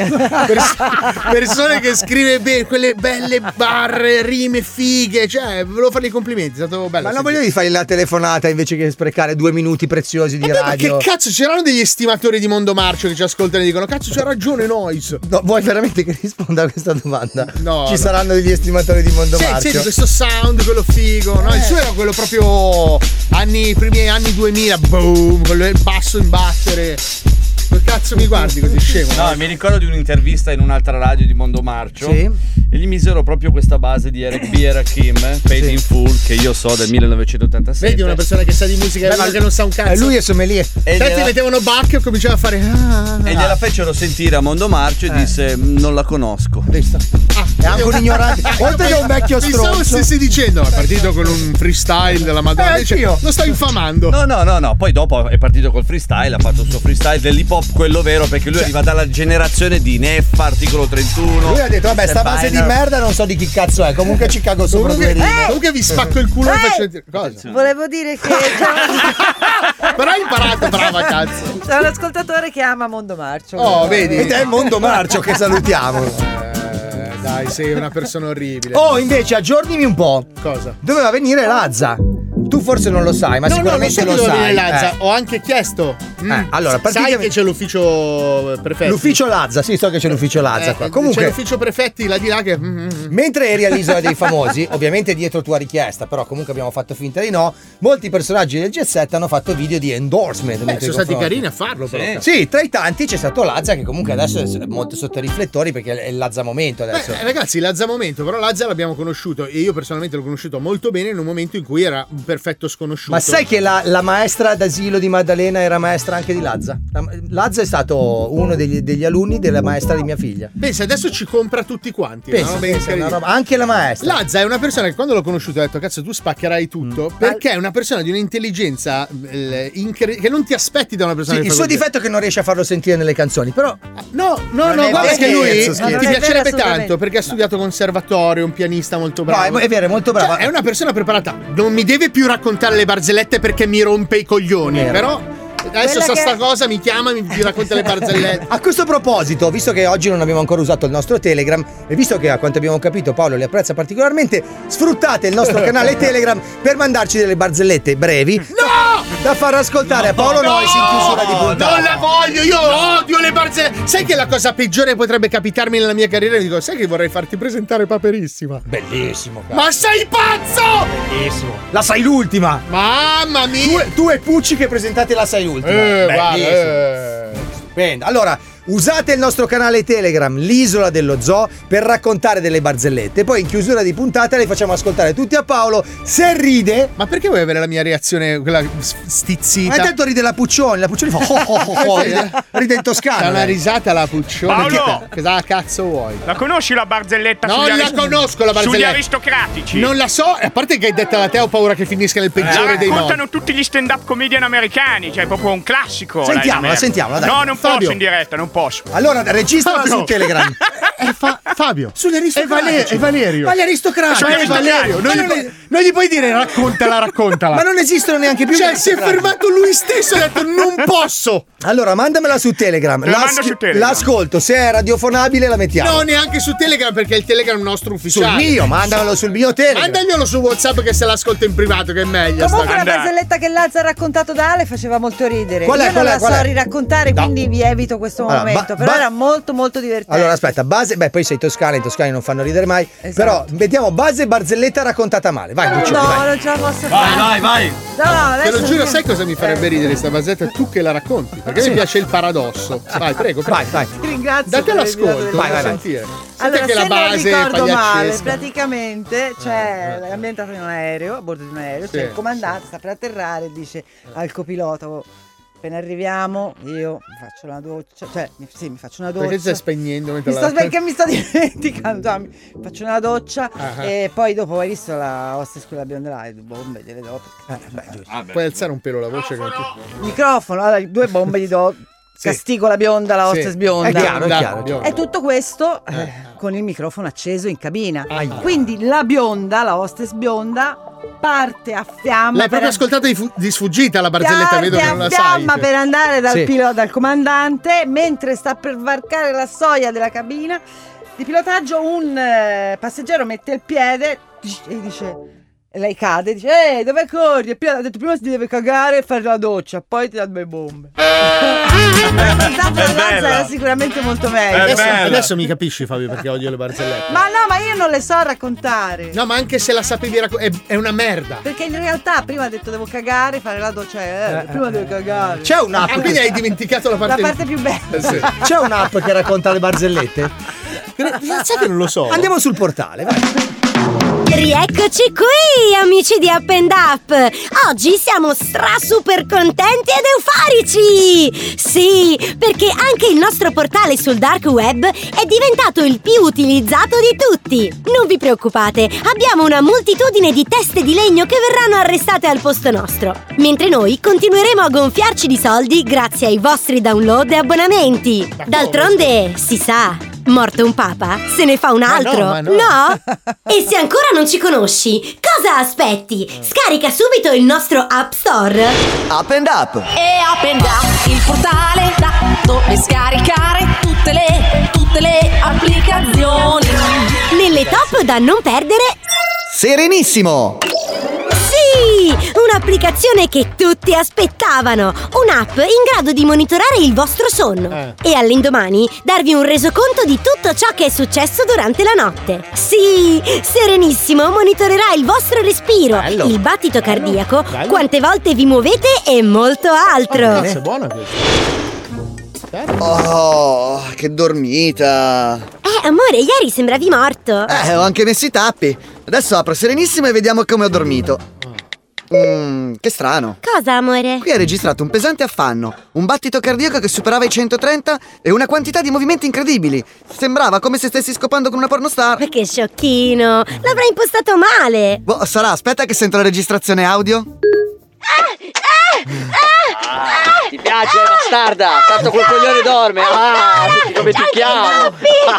che scrive bene, quelle belle barre, rime fighe, cioè volevo fargli i complimenti, è stato bello. Ma non voglio di fargli la telefonata invece che sprecare 2 minuti preziosi di radio. Ma che cazzo, c'erano degli estimatori di Mondo Marcio che ci ascoltano e dicono cazzo c'ha ragione Noise. No, vuoi veramente che risponda a questa domanda? No. Ci saranno degli estimatori di Mondo Marcio. Sì, questo sound, quello figo. No, il suo era quello proprio primi anni 2000, boom, con il basso in battere. Che cazzo mi guardi così scemo? No, mi ricordo di un'intervista in un'altra radio di Mondo Marcio. Sì. E gli misero proprio questa base di Eric B e Rakim, Paid in Full, che io so del 1987. Vedi una persona che sa di musica e che non sa un cazzo. Lui è sommelier. Senti, mettevano Bach e cominciava a fare. E gliela fecero sentire a Mondo Marcio e disse: non la conosco. È anche un ignorante. Oltre che un vecchio stronzo. Pensavo stessi dicendo: è partito con un freestyle della Madonna. Lo sto infamando. No. Poi dopo è partito col freestyle, ha fatto il suo freestyle dell'hip hop, quello vero, perché lui arriva dalla generazione di Neffa, articolo 31. Lui ha detto: vabbè, sta base di merda non so di chi cazzo è. Comunque ci cago sopra 2 righe. Comunque vi spacco il culo e faccio. Cosa? Volevo dire che Però hai imparato, brava cazzo. c'è un ascoltatore che ama Mondo Marcio. Oh, vedi? Ed è Mondo Marcio che salutiamo. Dai, sei una persona orribile. Oh, invece aggiornimi un po'. Cosa? Doveva venire Lazza. tu forse non lo sai, ma sicuramente non lo so sai. Lazza. Ho anche chiesto. Allora, sai che c'è l'ufficio prefetti? L'ufficio Lazza, sì, so che c'è l'ufficio Lazza qua. Comunque, c'è l'ufficio prefetti là di là che. Mentre eri all'Isola dei Famosi, ovviamente dietro tua richiesta, però comunque abbiamo fatto finta di no, molti personaggi del Jet Set hanno fatto video di endorsement. Sono stati carini a farlo, però. Sì, tra i tanti c'è stato Lazza, che comunque adesso è molto sotto i riflettori perché è il Lazza momento adesso. Ragazzi, Lazza momento, però Lazza l'abbiamo conosciuto e io personalmente l'ho conosciuto molto bene in un momento in cui era un perfetto sconosciuto. Ma sai che la maestra d'asilo di Maddalena era maestra anche di Lazza? Lazza è stato uno degli alunni della maestra di mia figlia. Pensa, adesso ci compra tutti quanti. Pensa, una roba, anche la maestra. Lazza è una persona che quando l'ho conosciuto ho detto cazzo tu spaccherai tutto, perché è una persona di un'intelligenza che non ti aspetti da una persona. Sì, il suo difetto è che non riesce a farlo sentire nelle canzoni, però no, guarda che lui ti piacerebbe tanto perché ha studiato conservatorio, un pianista molto bravo. No, è vero, è molto bravo. Cioè, è una persona preparata. Non mi deve più raccontare le barzellette perché mi rompe i coglioni, però adesso sa sta cosa, mi chiama, mi racconta le barzellette. A questo proposito, visto che oggi non abbiamo ancora usato il nostro Telegram e visto che a quanto abbiamo capito Paolo li apprezza particolarmente, sfruttate il nostro canale Telegram per mandarci delle barzellette brevi da far ascoltare a Paolo Nois in chiusura di puntata. Non la voglio, io odio le barzellette. Sai che la cosa peggiore potrebbe capitarmi nella mia carriera? Dico, sai che vorrei farti presentare Paperissima? Bellissimo, cara. Ma sei pazzo! Bellissimo. La sai l'ultima. Mamma mia. Tu e Pucci che presentate la sai ultima. Bene, allora usate il nostro canale Telegram, l'Isola dello Zoo, per raccontare delle barzellette. Poi in chiusura di puntata le facciamo ascoltare tutti a Paolo. Se ride. Ma perché vuoi avere la mia reazione, quella stizzita? Ma intanto ride la Puccioni fa ride in toscano. C'ha una risata la Puccioni. Paolo! Che cazzo vuoi? La conosci la barzelletta Non la conosco la barzelletta. sugli aristocratici? Non la so, a parte che hai detta da te ho paura che finisca nel peggiore dei modi. Raccontano tutti gli stand-up comedian americani, cioè è proprio un classico. Sentiamola, dai. No, non Fabio. posso in diretta, non posso. Allora registrala su Telegram. Fabio. Sugli aristocratici. È Valerio. Ma gli aristocratici. Ma è Valerio. Non gli puoi dire raccontala. Ma non esistono neanche più. Cioè si è fermato lui stesso e ha detto non posso. Allora mandamela su Telegram. L'ascolto, se è radiofonabile la mettiamo. No, neanche su Telegram perché il Telegram è il nostro ufficiale. Sul mio, mandamelo sul mio Telegram. Mandaglielo su WhatsApp che se l'ascolto in privato che è meglio. Comunque la barzelletta che Lazza ha raccontato da Ale faceva molto ridere. Io non la so riraccontare, quindi vi evito questo momento. Però era molto molto divertente. Allora aspetta, base, poi sei toscana, i toscani non fanno ridere mai. Esatto. Però vediamo base barzelletta raccontata male. Vai, Puccioni, vai. Non ce la posso fare. Vai. No, te lo giuro, sai cosa mi farebbe ridere sta barzelletta? Tu che la racconti, perché mi piace il paradosso. Vai, prego. Vai. Ti ringrazio. Date l'ascolto, vai. Sentire. Allora, che la base non ricordo male, pagliaccesca. praticamente c'è l'ambientato in un aereo, a bordo di un aereo, c'è il comandante, sta per atterrare e dice al copilota: appena arriviamo io mi faccio una doccia, mi faccio una doccia. Perché stai spegnendo mentre perché mi sto dimenticando, mi faccio una doccia e poi dopo hai visto la hostess quella bionda là, le due bombe gliele do. Puoi alzare un pelo la voce? Microfono, allora 2 bombe gli do. Castigo la bionda, la hostess bionda. È chiaro. E tutto questo con il microfono acceso in cabina. Quindi la bionda, la hostess bionda, parte a fiamma. L'hai proprio ascoltata di sfuggita la barzelletta, vedo che non la sai. Fiamma per andare dal comandante, mentre sta per varcare la soglia della cabina di pilotaggio, un passeggero mette il piede e dice... E lei cade e dice: dove corri? E ha detto: prima si deve cagare e fare la doccia, poi ti dà 2 bombe. Era sicuramente molto meglio. Adesso mi capisci, Fabio, perché odio le barzellette. Ma no, ma io non le so raccontare. No, ma anche se la sapevi è una merda. Perché in realtà prima ha detto devo cagare, fare la doccia. Prima devo cagare. C'è un'app. Quindi hai dimenticato la parte più bella. C'è un'app che racconta le barzellette? Sai che non lo so. Andiamo sul portale, vai. Rieccoci qui, amici di Up and Up! Oggi siamo super contenti ed euforici! Sì, perché anche il nostro portale sul dark web è diventato il più utilizzato di tutti! Non vi preoccupate, abbiamo una moltitudine di teste di legno che verranno arrestate al posto nostro, mentre noi continueremo a gonfiarci di soldi grazie ai vostri download e abbonamenti! D'altronde, si sa, morto un papa, se ne fa un altro, ma no. No? E se ancora non ci conosci, cosa aspetti? Scarica subito il nostro App Store. Up and Up. E Up and Up, il portale da dove scaricare tutte le applicazioni. Nelle top da non perdere. Serenissimo. Sì, l'applicazione che tutti aspettavano. Un'app in grado di monitorare il vostro sonno e all'indomani darvi un resoconto di tutto ciò che è successo durante la notte. Sì, Serenissimo monitorerà il vostro respiro, il battito cardiaco, quante volte vi muovete e molto altro. È buona questa. Oh, che dormita. Amore, ieri sembravi morto. Ho anche messo i tappi. Adesso apro Serenissimo e vediamo come ho dormito. Che strano. Cosa, amore? Qui hai registrato un pesante affanno, un battito cardiaco che superava i 130 e una quantità di movimenti incredibili. Sembrava come se stessi scopando con una pornostar. Ma che sciocchino, l'avrai impostato male. Boh, sarà, aspetta che sento la registrazione audio. Ti piace, bastarda? Tanto quel coglione dorme. Senti come ti chiamo.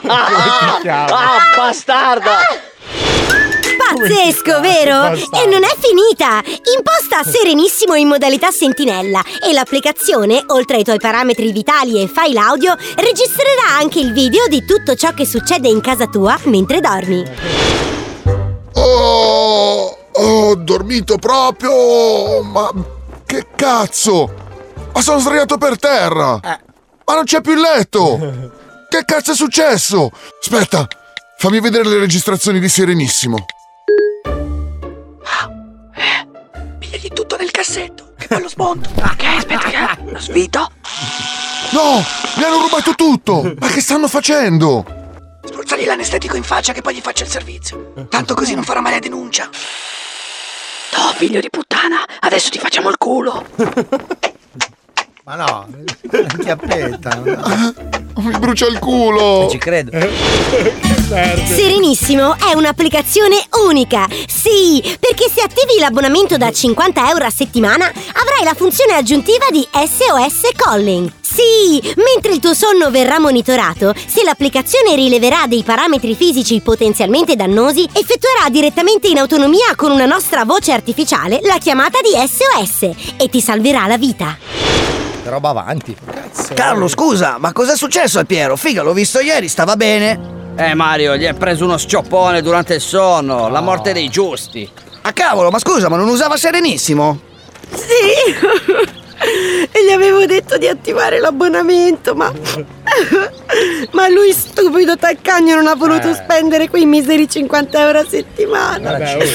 Bastarda. Pazzesco, vero? E non è finita! Imposta Serenissimo in modalità sentinella e l'applicazione, oltre ai tuoi parametri vitali e file audio, registrerà anche il video di tutto ciò che succede in casa tua mentre dormi. Ho dormito proprio. Ma che cazzo? Ma sono sdraiato per terra. Ma non c'è più il letto. Che cazzo è successo? Aspetta, fammi vedere le registrazioni di Serenissimo. Pigliagli tutto nel cassetto e poi lo smonto. Ok, aspetta che lo svito. No, mi hanno rubato tutto. Ma che stanno facendo? Spruzzagli l'anestetico in faccia che poi gli faccio il servizio. Tanto così non farà mai la denuncia. No, figlio di puttana, adesso ti facciamo il culo. Ma no, chiappetta. Mi brucia il culo. Ci credo. Serenissimo è un'applicazione unica. Sì, perché se attivi l'abbonamento da 50 euro a settimana avrai la funzione aggiuntiva di SOS Calling. Sì, mentre il tuo sonno verrà monitorato, se l'applicazione rileverà dei parametri fisici potenzialmente dannosi, effettuerà direttamente in autonomia con una nostra voce artificiale la chiamata di SOS e ti salverà la vita. Roba avanti. Cazzo. Carlo, scusa, ma cos'è successo a Piero? Figa, l'ho visto ieri, stava bene. Mario, gli è preso uno scioppone durante il sonno, la morte dei giusti. Ah cavolo, ma scusa, ma non usava Serenissimo? Sì. E gli avevo detto di attivare l'abbonamento, ma lui stupido taccagno non ha voluto spendere quei miseri 50 euro a settimana.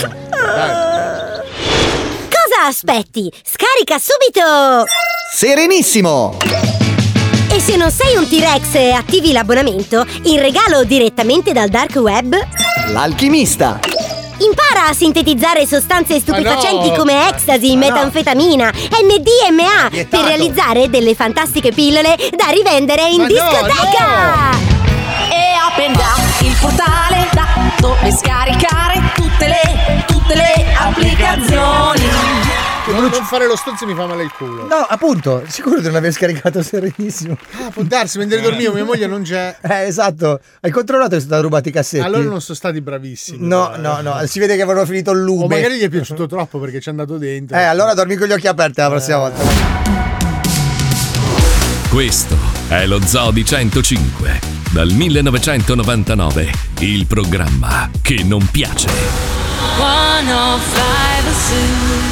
Cosa aspetti? Scarica subito! Serenissimo! E se non sei un T-Rex e attivi l'abbonamento, in regalo direttamente dal dark web, L'alchimista! impara a sintetizzare sostanze stupefacenti come ecstasy, metanfetamina, MDMA per realizzare delle fantastiche pillole da rivendere in discoteca! E open up il portale da dove scaricare tutte le applicazioni. Che volevo fare lo stronzo e mi fa male il culo. No, appunto, sicuro di non aver scaricato Serenissimo. Può darsi, mentre dormivo, mia moglie non c'è. Esatto. Hai controllato che sono stati rubati i cassetti? Allora non sono stati bravissimi. No, si vede che avevano finito il lube. O magari gli è piaciuto troppo perché ci è andato dentro. Allora dormi con gli occhi aperti la prossima volta. Questo è lo Zoo di 105. Dal 1999, il programma che non piace. 105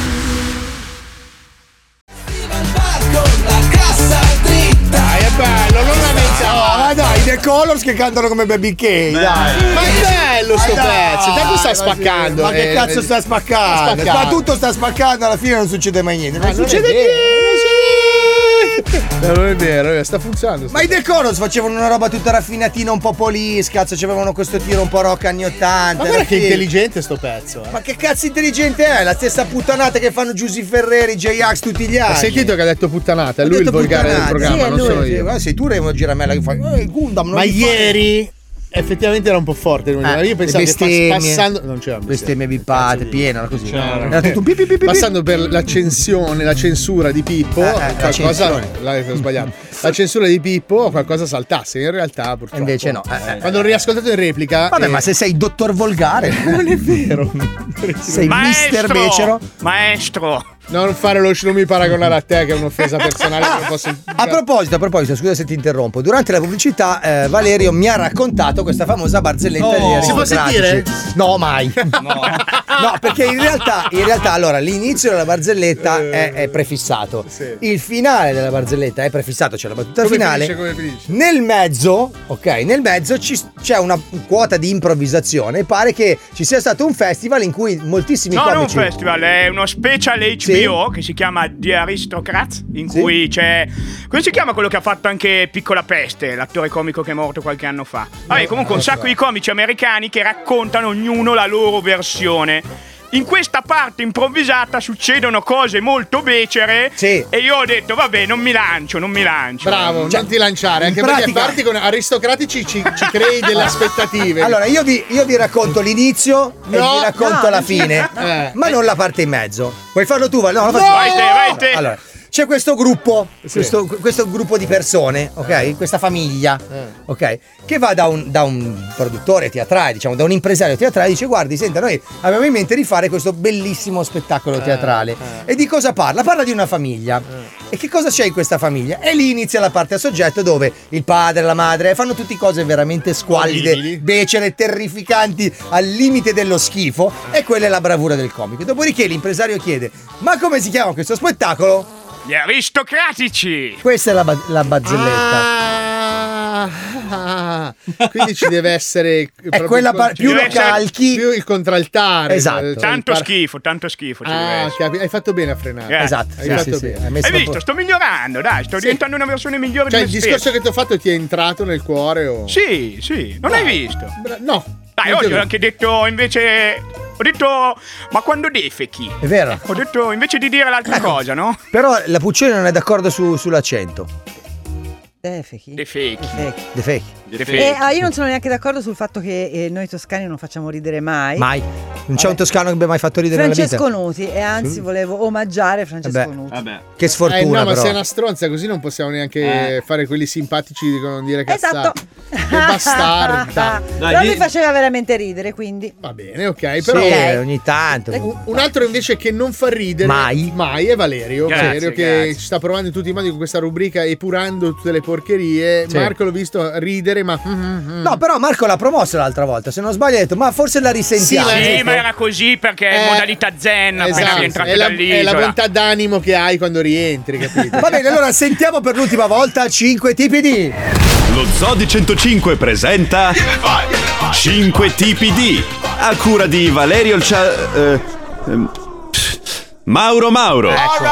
Dai, è bello, non lamentare. Ma dai, The Colors che cantano come Baby K, dai. Ma è bello sto pezzo, tanto sta spaccando. Ma che cazzo sta spaccando? Ma tutto sta spaccando, alla fine non succede mai niente. Non succede niente. Non è vero, sta funzionando. Ma i The Colors facevano una roba tutta raffinatina, un po' police, cazzo, c'avevano questo tiro un po' rock anni 80. Ma guarda che intelligente sto pezzo. Ma che cazzo intelligente è? La stessa puttanata che fanno Giusy Ferreri, J-Ax tutti gli anni. Hai sentito che ha detto puttanata? È lui il volgare del programma, non sono io. Ma sei tu Remo Giramella che fai Gundam, non ma ieri effettivamente era un po' forte. Io pensavo che passando non c'era bestemmie bippate, piena così. Era tutto passando per la censura di Pippo, qualcosa l'avete sbagliato. La censura di Pippo qualcosa saltasse, in realtà purtroppo. Invece no. Quando l'ho riascoltato in replica. Vabbè, ma se sei dottor volgare, non è vero. Sei mister becero. Maestro, Non fare non mi paragonare a te, che è un'offesa personale che non posso. A proposito, scusa se ti interrompo. Durante la pubblicità, Valerio mi ha raccontato questa famosa barzelletta degli aristocratici. Si può sentire? No, mai. No, perché in realtà, allora, l'inizio della barzelletta è prefissato. Sì. Il finale della barzelletta è prefissato, c'è la battuta Come finale. finisce? Nel mezzo, c'è una quota di improvvisazione. E pare che ci sia stato un festival in cui moltissimi comici. No, non un festival, è uno special HBO che si chiama The Aristocrats, in cui c'è. Come si chiama quello che ha fatto anche Piccola Peste, l'attore comico che è morto qualche anno fa? Comunque un sacco di comici americani che raccontano ognuno la loro versione. In questa parte improvvisata succedono cose molto becere e io ho detto vabbè non mi lancio. Bravo, non ti lanciare, anche perché parti con aristocratici ci crei delle aspettative. Allora io vi racconto l'inizio e vi racconto la fine, ma non la parte in mezzo. Vuoi farlo tu? No, lo faccio. Vai te. Allora, c'è questo gruppo, questo gruppo di persone, ok? Questa famiglia, ok? Che va da un produttore teatrale, diciamo, da un impresario teatrale, dice: guardi, senta, noi avevamo in mente di fare questo bellissimo spettacolo teatrale. E di cosa parla? Parla di una famiglia. E che cosa c'è in questa famiglia? E lì inizia la parte a soggetto dove il padre e la madre fanno tutte cose veramente squallide, becere, terrificanti, al limite dello schifo. E quella è la bravura del comico. Dopodiché l'impresario chiede: ma come si chiama questo spettacolo? Gli aristocratici! Questa è la barzelletta. Quindi ci deve essere è quella più lo calchi, più il contraltare. Esatto. Tanto schifo. Hai fatto bene a frenare. Esatto. Hai fatto bene. Hai visto? Sto migliorando, dai, sto diventando una versione migliore di me stesso. Il discorso che ti ho fatto ti è entrato nel cuore o? Sì. Non hai visto? No. Dai, oggi ho anche detto invece. Ho detto, ma quando defechi? È vero. Ho detto invece di dire l'altra cosa, no? Però la Puccioni non è d'accordo sull'accento. Defechi. Io non sono neanche d'accordo sul fatto che noi toscani non facciamo ridere mai. Non c'è un toscano che abbia mai fatto ridere Francesco nella vita. Nuti, e anzi volevo omaggiare Francesco Nuti. Che sfortuna, no, ma però. sei una stronza, così non possiamo neanche fare quelli simpatici di non dire cazzate. Esatto. Che bastarda. Però mi faceva veramente ridere, quindi. Va bene, ok, però ogni tanto. Un altro invece che non fa ridere mai è Valerio. Valerio che ci sta provando in tutti i modi con questa rubrica, epurando tutte le porcherie. Marco l'ho visto ridere, ma no, però Marco l'ha promossa l'altra volta, se non sbaglio ha detto: ma forse la risentiamo. Sì, ma era così perché è modalità zen, appena rientrati dall'isola. È la bontà d'animo che hai quando rientri, capito? Va bene, allora sentiamo per l'ultima volta 5 tipi di. Lo Zoo di 105 presenta 5 tipi di, a cura di Valerio Mauro.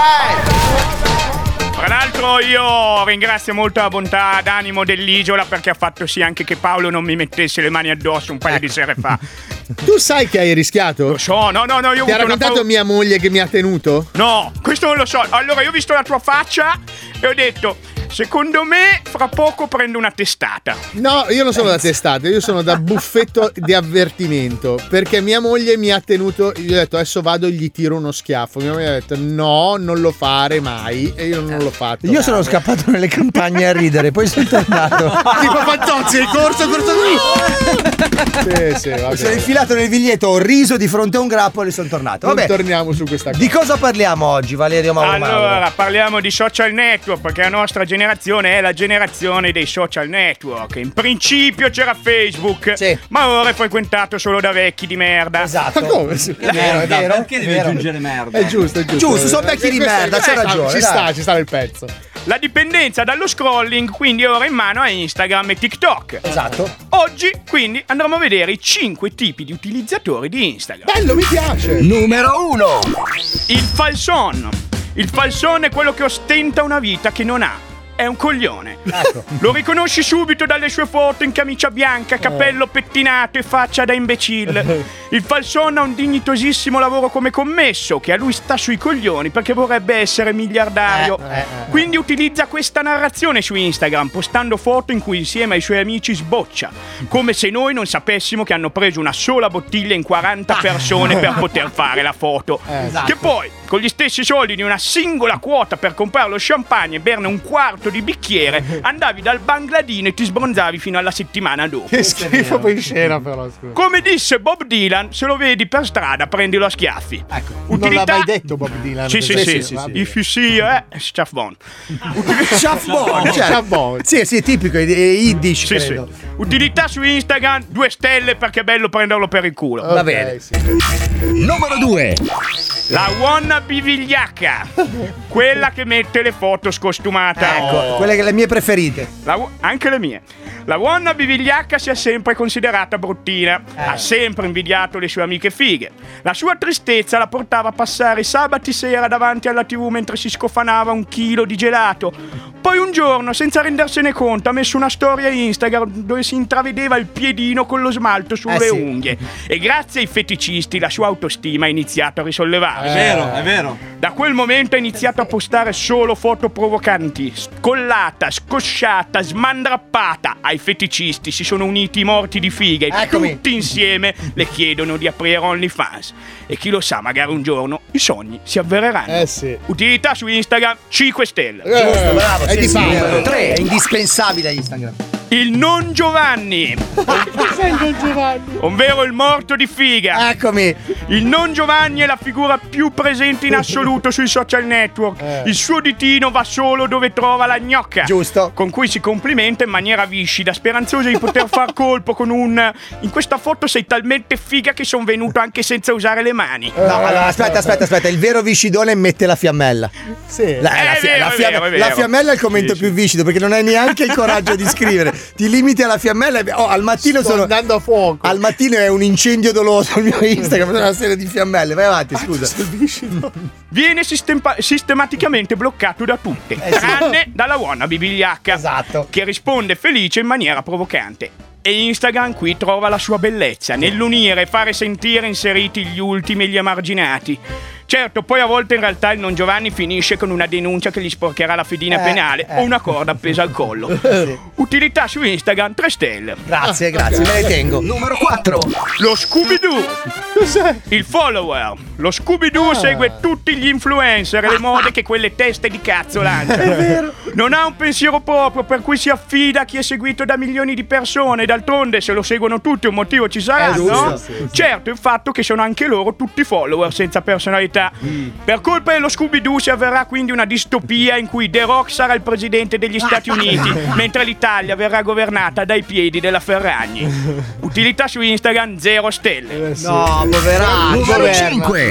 Tra l'altro io ringrazio molto la bontà d'animo dell'isola perché ha fatto sì anche che Paolo non mi mettesse le mani addosso un paio di sere fa. Tu sai che hai rischiato? Lo so, no, io ti ha raccontato mia moglie che mi ha tenuto? No, questo non lo so. Allora io ho visto la tua faccia e ho detto: secondo me fra poco prendo una testata. No, io non sono da testata, io sono da buffetto di avvertimento. Perché mia moglie mi ha tenuto. Io ho detto: adesso vado e gli tiro uno schiaffo. Mia moglie ha detto: no, non lo fare mai. E io non l'ho fatto. Io sono scappato nelle campagne a ridere, poi sono tornato. Tipo Fantozzi, hai corso qui. Sì, vabbè. Sono infilato nel viglietto, ho riso di fronte a un grappolo e sono tornato. Vabbè, torniamo su questa cosa. Di cosa parliamo oggi, Valerio Mauro? Allora, parliamo di social network, perché la nostra generazione è la generazione dei social network. In principio c'era Facebook, ma ora è frequentato solo da vecchi di merda. Esatto. Ma come? È vero. Perché devi aggiungere merda? È giusto. Giusto, sono vecchi di merda, c'è ragione. Ci sta nel pezzo. La dipendenza dallo scrolling quindi è ora in mano a Instagram e TikTok. Esatto. Oggi quindi andremo a vedere i 5 tipi di utilizzatori di Instagram. Bello, mi piace. Numero 1. Il falson. Il falson è quello che ostenta una vita che non ha. È un coglione. Ecco. Lo riconosci subito dalle sue foto in camicia bianca, capello pettinato e faccia da imbecille. Il falson ha un dignitosissimo lavoro come commesso che a lui sta sui coglioni perché vorrebbe essere miliardario. Quindi utilizza questa narrazione su Instagram postando foto in cui insieme ai suoi amici sboccia, come se noi non sapessimo che hanno preso una sola bottiglia in 40 persone per poter fare la foto. Esatto. Che poi con gli stessi soldi di una singola quota per comprare lo champagne e berne un quarto di bicchiere, andavi dal Bangladino e ti sbronzavi fino alla settimana dopo. Che schifo poi in scena però, scusa. Come disse Bob Dylan, se lo vedi per strada prendilo a schiaffi. Ecco, non l'ha mai detto Bob Dylan. Sì. If you see Chaff Bon. Chaff Bon, cioè. Sì, è tipico, è Yiddish, credo. Sì. Utilità su Instagram 2 stelle perché è bello prenderlo per il culo. Va bene. Sì. Numero 2. La wannabe vigliacca, quella che mette le foto scostumate. Ecco, quelle che le mie preferite. Anche le mie. La wannabe vigliacca si è sempre considerata bruttina. Ha sempre invidiato le sue amiche fighe. La sua tristezza la portava a passare i sabati sera davanti alla TV mentre si scofanava 1 chilo di gelato. Poi un giorno, senza rendersene conto, ha messo una storia Instagram dove si intravedeva il piedino con lo smalto sulle unghie. E grazie ai feticisti la sua autostima ha iniziato a risollevarsi. È vero. Da quel momento ha iniziato a postare solo foto provocanti. Scollata, scosciata, smandrappata. Ai feticisti si sono uniti i morti di figa e tutti insieme le chiedono di aprire OnlyFans. E chi lo sa, magari un giorno i sogni si avvereranno. Utilità su Instagram 5 stelle. Giusto, bravo. È di Paolo. 3. È indispensabile Instagram. Il non Giovanni. Cos'è il non Giovanni? Ovvero il morto di figa. Eccomi. Il non Giovanni è la figura più presente in assoluto sui social network. Il suo ditino va solo dove trova la gnocca. Giusto. Con cui si complimenta in maniera viscida, speranzosa di poter far colpo con un... In questa foto sei talmente figa che sono venuto anche senza usare le mani. No, allora, aspetta. Il vero viscidone mette la fiammella. Sì. La fiammella è il commento più viscido perché non hai neanche il coraggio di scrivere. Ti limiti alla fiammella e al mattino sto andando a fuoco. Al mattino è un incendio doloso al mio Instagram, una serie di fiammelle. Vai avanti, scusa. Viene sistematicamente bloccato da tutte, tranne dalla wannabe vigliacca. Esatto. Che risponde felice in maniera provocante. E Instagram qui trova la sua bellezza nell'unire e fare sentire inseriti gli ultimi e gli emarginati. Certo, poi a volte in realtà il non Giovanni finisce con una denuncia che gli sporcherà la fedina penale o una corda appesa al collo. Utilità su Instagram 3 stelle. Grazie, me le tengo. Numero 4. Lo Scooby-Doo. Cos'è? Il follower. Lo Scooby-Doo segue tutti gli influencer e le mode che quelle teste di cazzo lanciano. È vero. Non ha un pensiero proprio, per cui si affida a chi è seguito da milioni di persone. D'altronde, se lo seguono tutti, un motivo ci sarà, no? Certo, il fatto che sono anche loro tutti follower senza personalità. Per colpa dello Scooby-Doo si avverrà quindi una distopia in cui The Rock sarà il presidente degli Stati Uniti, mentre l'Italia verrà governata dai piedi della Ferragni. Utilità su Instagram 0 stelle. No, poveraccio. Numero 5.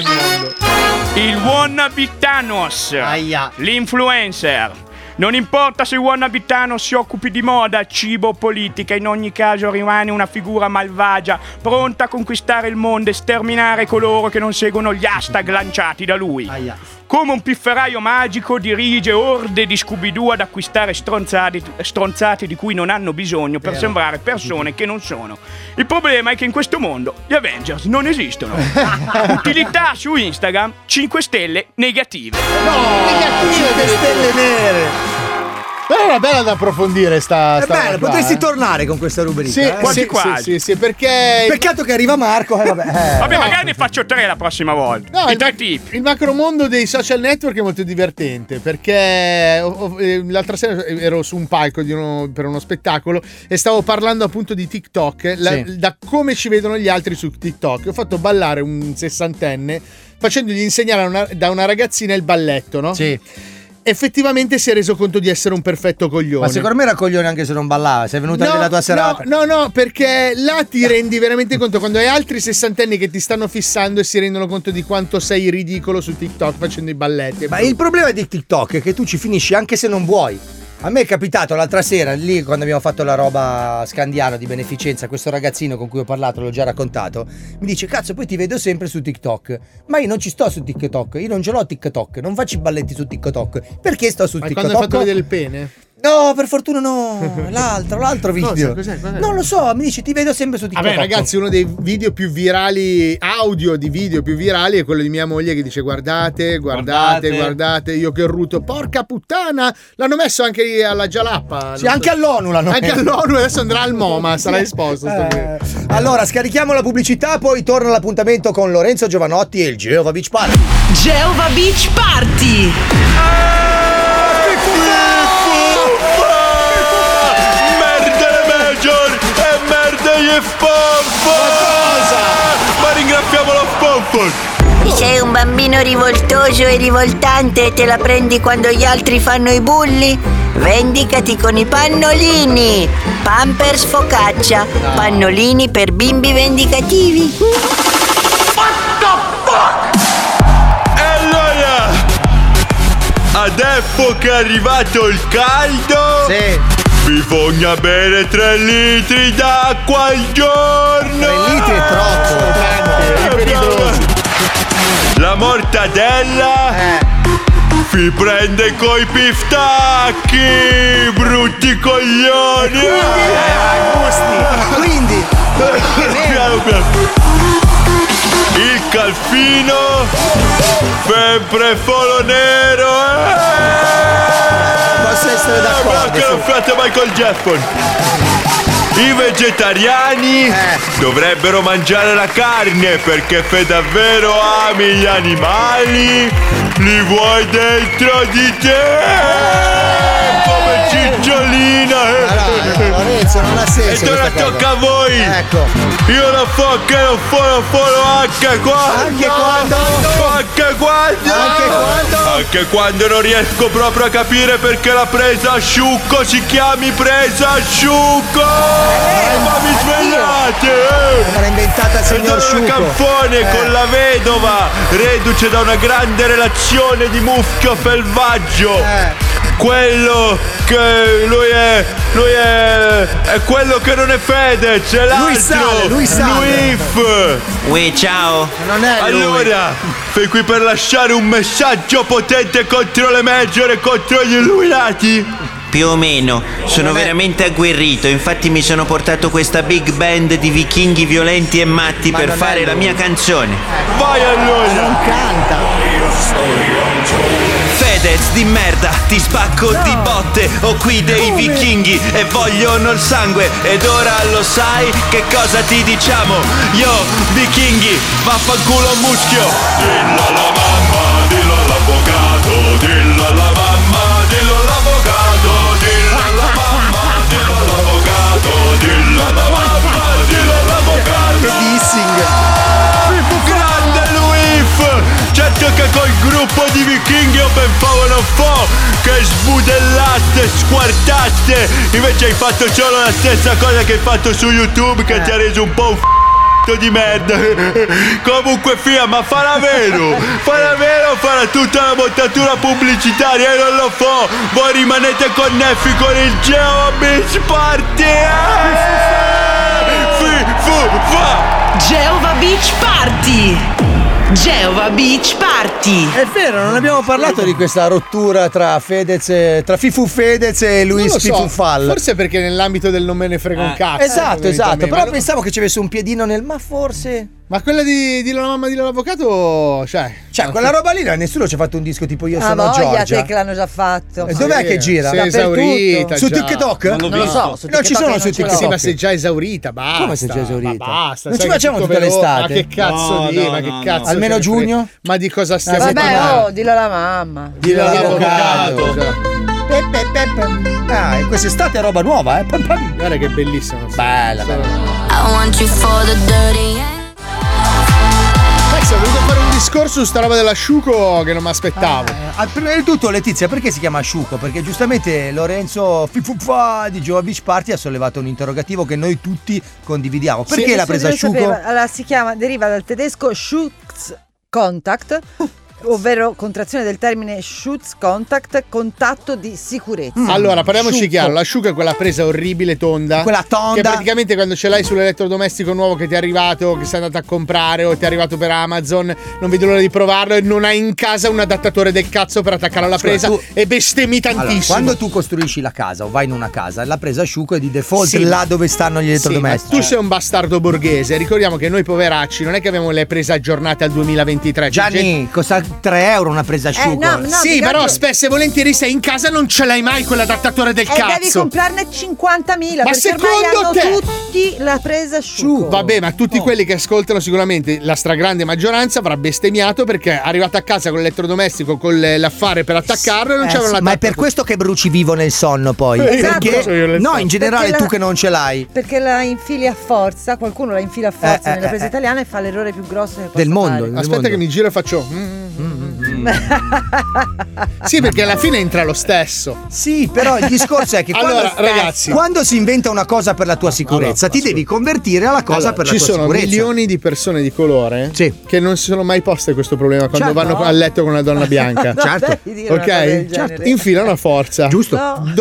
Il wannabe Thanos. L'influencer. Non importa se wannabe Thanos si occupi di moda, cibo o politica, in ogni caso rimane una figura malvagia, pronta a conquistare il mondo e sterminare coloro che non seguono gli hashtag lanciati da lui. Come un pifferaio magico dirige orde di Scooby-Doo ad acquistare stronzate di cui non hanno bisogno per sembrare persone che non sono. Il problema è che in questo mondo gli Avengers non esistono. Utilità su Instagram 5 stelle negative. Negative, stelle nere. Però era bella da approfondire sta bella, potresti tornare con questa rubrica. Sì, perché... Peccato che arriva Marco. Vabbè, magari ne faccio 3 la prossima volta. I 3 tipi. Il macromondo dei social network è molto divertente perché l'altra sera ero su un palco per uno spettacolo e stavo parlando appunto di TikTok, da come ci vedono gli altri su TikTok. Ho fatto ballare un 60enne facendogli insegnare da una ragazzina il balletto, no? Sì. Effettivamente si è reso conto di essere un perfetto coglione. Ma secondo me era coglione anche se non ballava. Sei venuto anche la tua serata. No, perché là ti rendi veramente conto quando hai altri 60enni che ti stanno fissando e si rendono conto di quanto sei ridicolo su TikTok facendo i balletti. Ma il problema di TikTok è che tu ci finisci anche se non vuoi. A me è capitato l'altra sera, lì quando abbiamo fatto la roba Scandiano di beneficenza, questo ragazzino con cui ho parlato, l'ho già raccontato, mi dice: cazzo, poi ti vedo sempre su TikTok. Ma io non ci sto su TikTok, io non ce l'ho TikTok, non faccio i balletti su TikTok. Perché sto su TikTok? Quando hai fatto vedere il pene? No, per fortuna no. L'altro video. Cos'è? Non lo so, mi dice: ti vedo sempre su TikTok. Vabbè, ragazzi, uno dei video più virali, audio di video più virali, è quello di mia moglie che dice: guardate, io che ruto, porca puttana. L'hanno messo anche alla Jalappa. Sì, anche all'ONU l'hanno messo. Anche all'ONU, adesso andrà al MoMA, sarà esposto. Allora, scarichiamo la pubblicità, poi torna l'appuntamento con Lorenzo Giovanotti e il Geova Beach Party. Geova Beach Party. bambino rivoltoso e rivoltante, te la prendi quando gli altri fanno i bulli? Vendicati con i pannolini. Pampers Focaccia, pannolini per bimbi vendicativi. E allora, adesso che è arrivato il caldo, bisogna bere 3 litri d'acqua al giorno. 3 litri è troppo. La mortadella si prende coi pistacchi, brutti coglioni. Quindi piano piano. Il calfino sempre solo nero. Posso essere d'accordo? Che non fate Michael Jackson. I vegetariani dovrebbero mangiare la carne, perché se davvero ami gli animali li vuoi dentro di te come cicciolina. Lorenzo, non ha senso. E ora tocca a voi. Ecco. Io non so che non solo anche quando. Anche quando? Anche quando? Anche quando? Anche quando non riesco proprio a capire perché la presa asciucco si chiami presa asciucco. Ma mi svegliate! L'ha inventata il signor Una Sciucco. canzone con la vedova, reduce da una grande relazione di muschio selvaggio. Quello che lui è quello che non è Fedez, è l'altro. Lui sale. Uè, ciao. Non è lui. Allora, sei qui per lasciare un messaggio potente contro le major e contro gli illuminati? Più o meno, sono veramente agguerrito, infatti mi sono portato questa big band di vichinghi violenti e matti per fare la mia canzone. Vai allora! Non canta! Fedez di merda, ti spacco di botte, ho qui dei vichinghi e vogliono il sangue, ed ora lo sai che cosa ti diciamo? Yo, vichinghi, vaffanculo muschio! Dillo alla mamma, dillo all'avvocato, dillo alla mamma, dillo all'avvocato, dillo alla mamma, dillo all'avvocato, dillo alla mamma, dillo all'avvocato. Che dissing! Grande Luif! Certo che col gruppo di vichinghi io ben favo non fo, che sbudellaste, squartaste, invece hai fatto solo la stessa cosa che hai fatto su YouTube, che ti ha reso un po' un di merda. Comunque fia, ma farà vero, farà tutta la montatura pubblicitaria e non lo fa. Voi rimanete connessi con il Geo Beach Party. Geova Beach Party. Geova Beach Party. È vero, non abbiamo parlato di questa rottura tra Fedez, tra Fifu Fedez e Luis Fifufal. Forse perché nell'ambito del non me ne frega un cazzo. Esatto. Però pensavo che ci avesse un piedino nel ma forse. Ma quella di la mamma di l'avvocato, cioè quella roba lì nessuno ci ha fatto un disco tipo Io Ah, sono voglia Giorgia. te che l'hanno già fatto. E dov'è che gira? Si è esaurita Su già. TikTok? Non lo so, su Non ci TikTok sono non su ce l'ho. TikTok. Sì, ma sei già esaurita, basta. Come sei già esaurita? Ma basta. Non sai ci facciamo che tutta tutto l'estate? Ma che cazzo No, di? no, Ma che no, cazzo? Almeno ce ne frega? giugno? Ma di cosa stiamo Vabbè, parlando? dillo alla mamma. Dillo all'avvocato. Cioè, Ah, e quest'estate è roba nuova, eh? guarda che bellissima. Bella. I want you for the dirty end. Max, ho voluto fare un discorso su sta roba dell'asciuco che non mi aspettavo. Prima di tutto, Letizia, perché si chiama asciuco? Perché giustamente Lorenzo Fifufa di Geova Beach Party ha sollevato un interrogativo che noi tutti condividiamo. Perché l'ha presa asciuco? Allora, deriva dal tedesco Schutzkontakt, ovvero contrazione del termine Schutzkontakt, contatto di sicurezza. Allora, parliamoci Asciuco. chiaro, l'asciuga è quella presa orribile tonda. Quella tonda. Che praticamente quando ce l'hai sull'elettrodomestico nuovo che ti è arrivato, che sei andato a comprare o ti è arrivato per Amazon, non vedi l'ora di provarlo e non hai in casa un adattatore del cazzo per attaccare alla presa e bestemmi tantissimo. Allora, quando tu costruisci la casa o vai in una casa, la presa asciugo è di default Sì, là dove stanno gli elettrodomestici. Sì, ma tu sei un bastardo borghese. Ricordiamo che noi poveracci non è che abbiamo le prese aggiornate al 2023. Gianni, cosa €3 una presa asciutto. Sì, però spesso e volentieri sei in casa non ce l'hai mai quell'adattatore del cazzo. Devi comprarne 50.000 Ma perché ormai secondo hanno te? tutti la presa asciutto. Vabbè, ma tutti quelli che ascoltano sicuramente la stragrande maggioranza avrà bestemmiato perché è arrivato a casa con l'elettrodomestico con l'affare per attaccarlo e non c'aveva ma è per questo che bruci vivo nel sonno poi. Esatto. Perché no, in generale Perché tu che non ce l'hai. Perché la infili a forza, qualcuno la infila a forza nella presa italiana e fa l'errore più grosso che del mondo. Aspetta che mi giro e faccio sì, perché alla fine entra lo stesso. Sì, però il discorso è che quando si inventa una cosa per la tua sicurezza, ti devi convertire alla cosa per la tua sicurezza. Ci sono milioni di persone di colore che non si sono mai poste questo problema quando vanno a letto con una donna bianca. Certo. Ok? Infilano a forza. Giusto.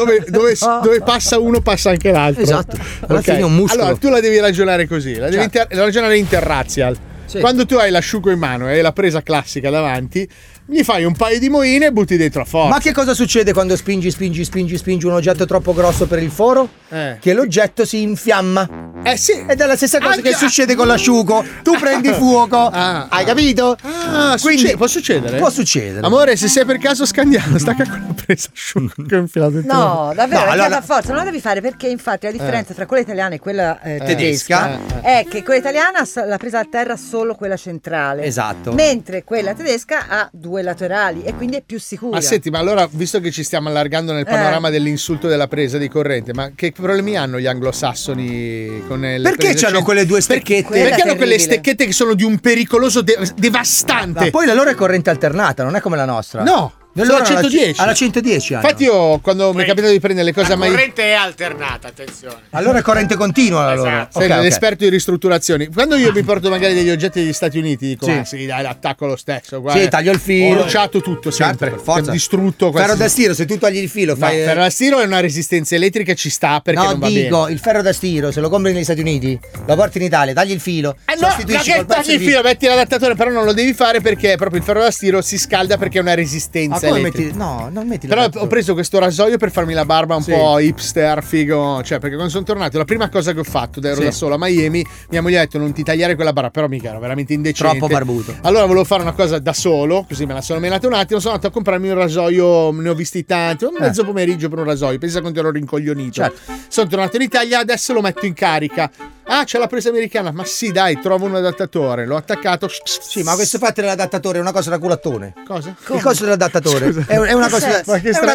Dove passa uno passa anche l'altro. Esatto. Alla fine è un muscolo. Allora tu la devi ragionare così, la devi ragionare interrazzial. Sì. Quando tu hai l'asciugo in mano e hai la presa classica davanti, gli fai un paio di moine e butti dentro a forza. Ma che cosa succede quando spingi un oggetto troppo grosso per il foro? Che l'oggetto si infiamma. Sì. Ed è la stessa cosa che succede con l'asciugo. Tu prendi fuoco. Hai capito? Quindi può succedere? Può succedere. Amore, se sei per caso scandiano, stacca quella presa asciugo che ho infilato dentro. No, davvero, allora, a forza non la devi fare perché infatti la differenza tra quella italiana e quella tedesca è che quella italiana l'ha presa a terra solo quella centrale. Esatto. Mentre quella tedesca ha 2 laterali e quindi è più sicura. Ma senti, ma allora, visto che ci stiamo allargando nel panorama dell'insulto della presa di corrente, ma che problemi hanno gli anglosassoni con le perché c'hanno quelle 2 stecchette? Perché hanno quelle stecchette che sono di un pericoloso devastante. Ma poi la loro è corrente alternata, non è come la nostra. No. Allora, alla 110. Alla 110 hanno. Infatti io quando mi è capitato di prendere le cose la corrente è alternata, attenzione. Allora è corrente continua la loro. Esatto. Sei l'esperto di ristrutturazioni. Quando io mi porto magari degli oggetti degli Stati Uniti dico sì dai, l'attacco lo stesso, guarda. Sì, taglio il filo. Ho bruciato tutto sempre, per forza. distrutto ferro da stiro, se tu tagli il filo fai ferro da stiro è una resistenza elettrica, ci sta perché non va bene. Il ferro da stiro se lo compri negli Stati Uniti, lo porti in Italia, tagli il filo, sostituisci col tagli il filo, metti l'adattatore, però non lo devi fare perché proprio il ferro da stiro si scalda perché è una resistenza elettrica. Non metti però ho preso questo rasoio per farmi la barba un po' hipster, figo. Cioè, perché quando sono tornato, la prima cosa che ho fatto, ero da solo a Miami, mia moglie ha detto non ti tagliare quella barba. Però mica ero veramente indecente. Troppo barbuto. Allora volevo fare una cosa da solo, così me la sono menata un attimo. Sono andato a comprarmi un rasoio, ne ho visti tanti. Un mezzo pomeriggio per un rasoio. Pensa quanto ero rincoglionito. Certo. Sono tornato in Italia, adesso lo metto in carica. Ah, c'è la presa americana. Ma sì, dai, trovo un adattatore. L'ho attaccato. Sì, ma questo fatto dell'adattatore è una cosa da culattone. Cosa? Il coso dell'adattatore è una cosa.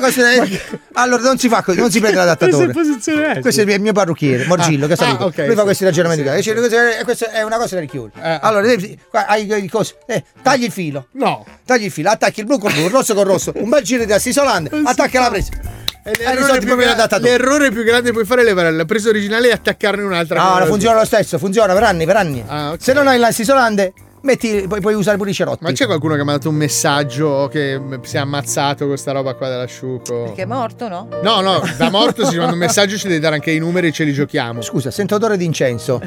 Allora non si prende l'adattatore. Questo è il mio parrucchiere, Morgillo, che sta lì. Lui fa questi ragionamenti. Questa è una cosa da richiudere. Allora, hai il coso. Tagli il filo. No. Tagli il filo, attacchi il blu con blu, il rosso con rosso. Un bel giro di assi isolante, attacca la presa. L'errore più grande che puoi fare è levare la presa originale e attaccarne un'altra. No, funziona lo stesso, funziona per anni. Okay. Se non hai l'assi isolante, puoi usare pure i cerotti. Ma c'è qualcuno che mi ha dato un messaggio che si è ammazzato con sta roba qua dell'asciugo? Perché è morto, no? No, da morto si manda un messaggio, ci devi dare anche i numeri e ce li giochiamo. Scusa, sento odore di incenso.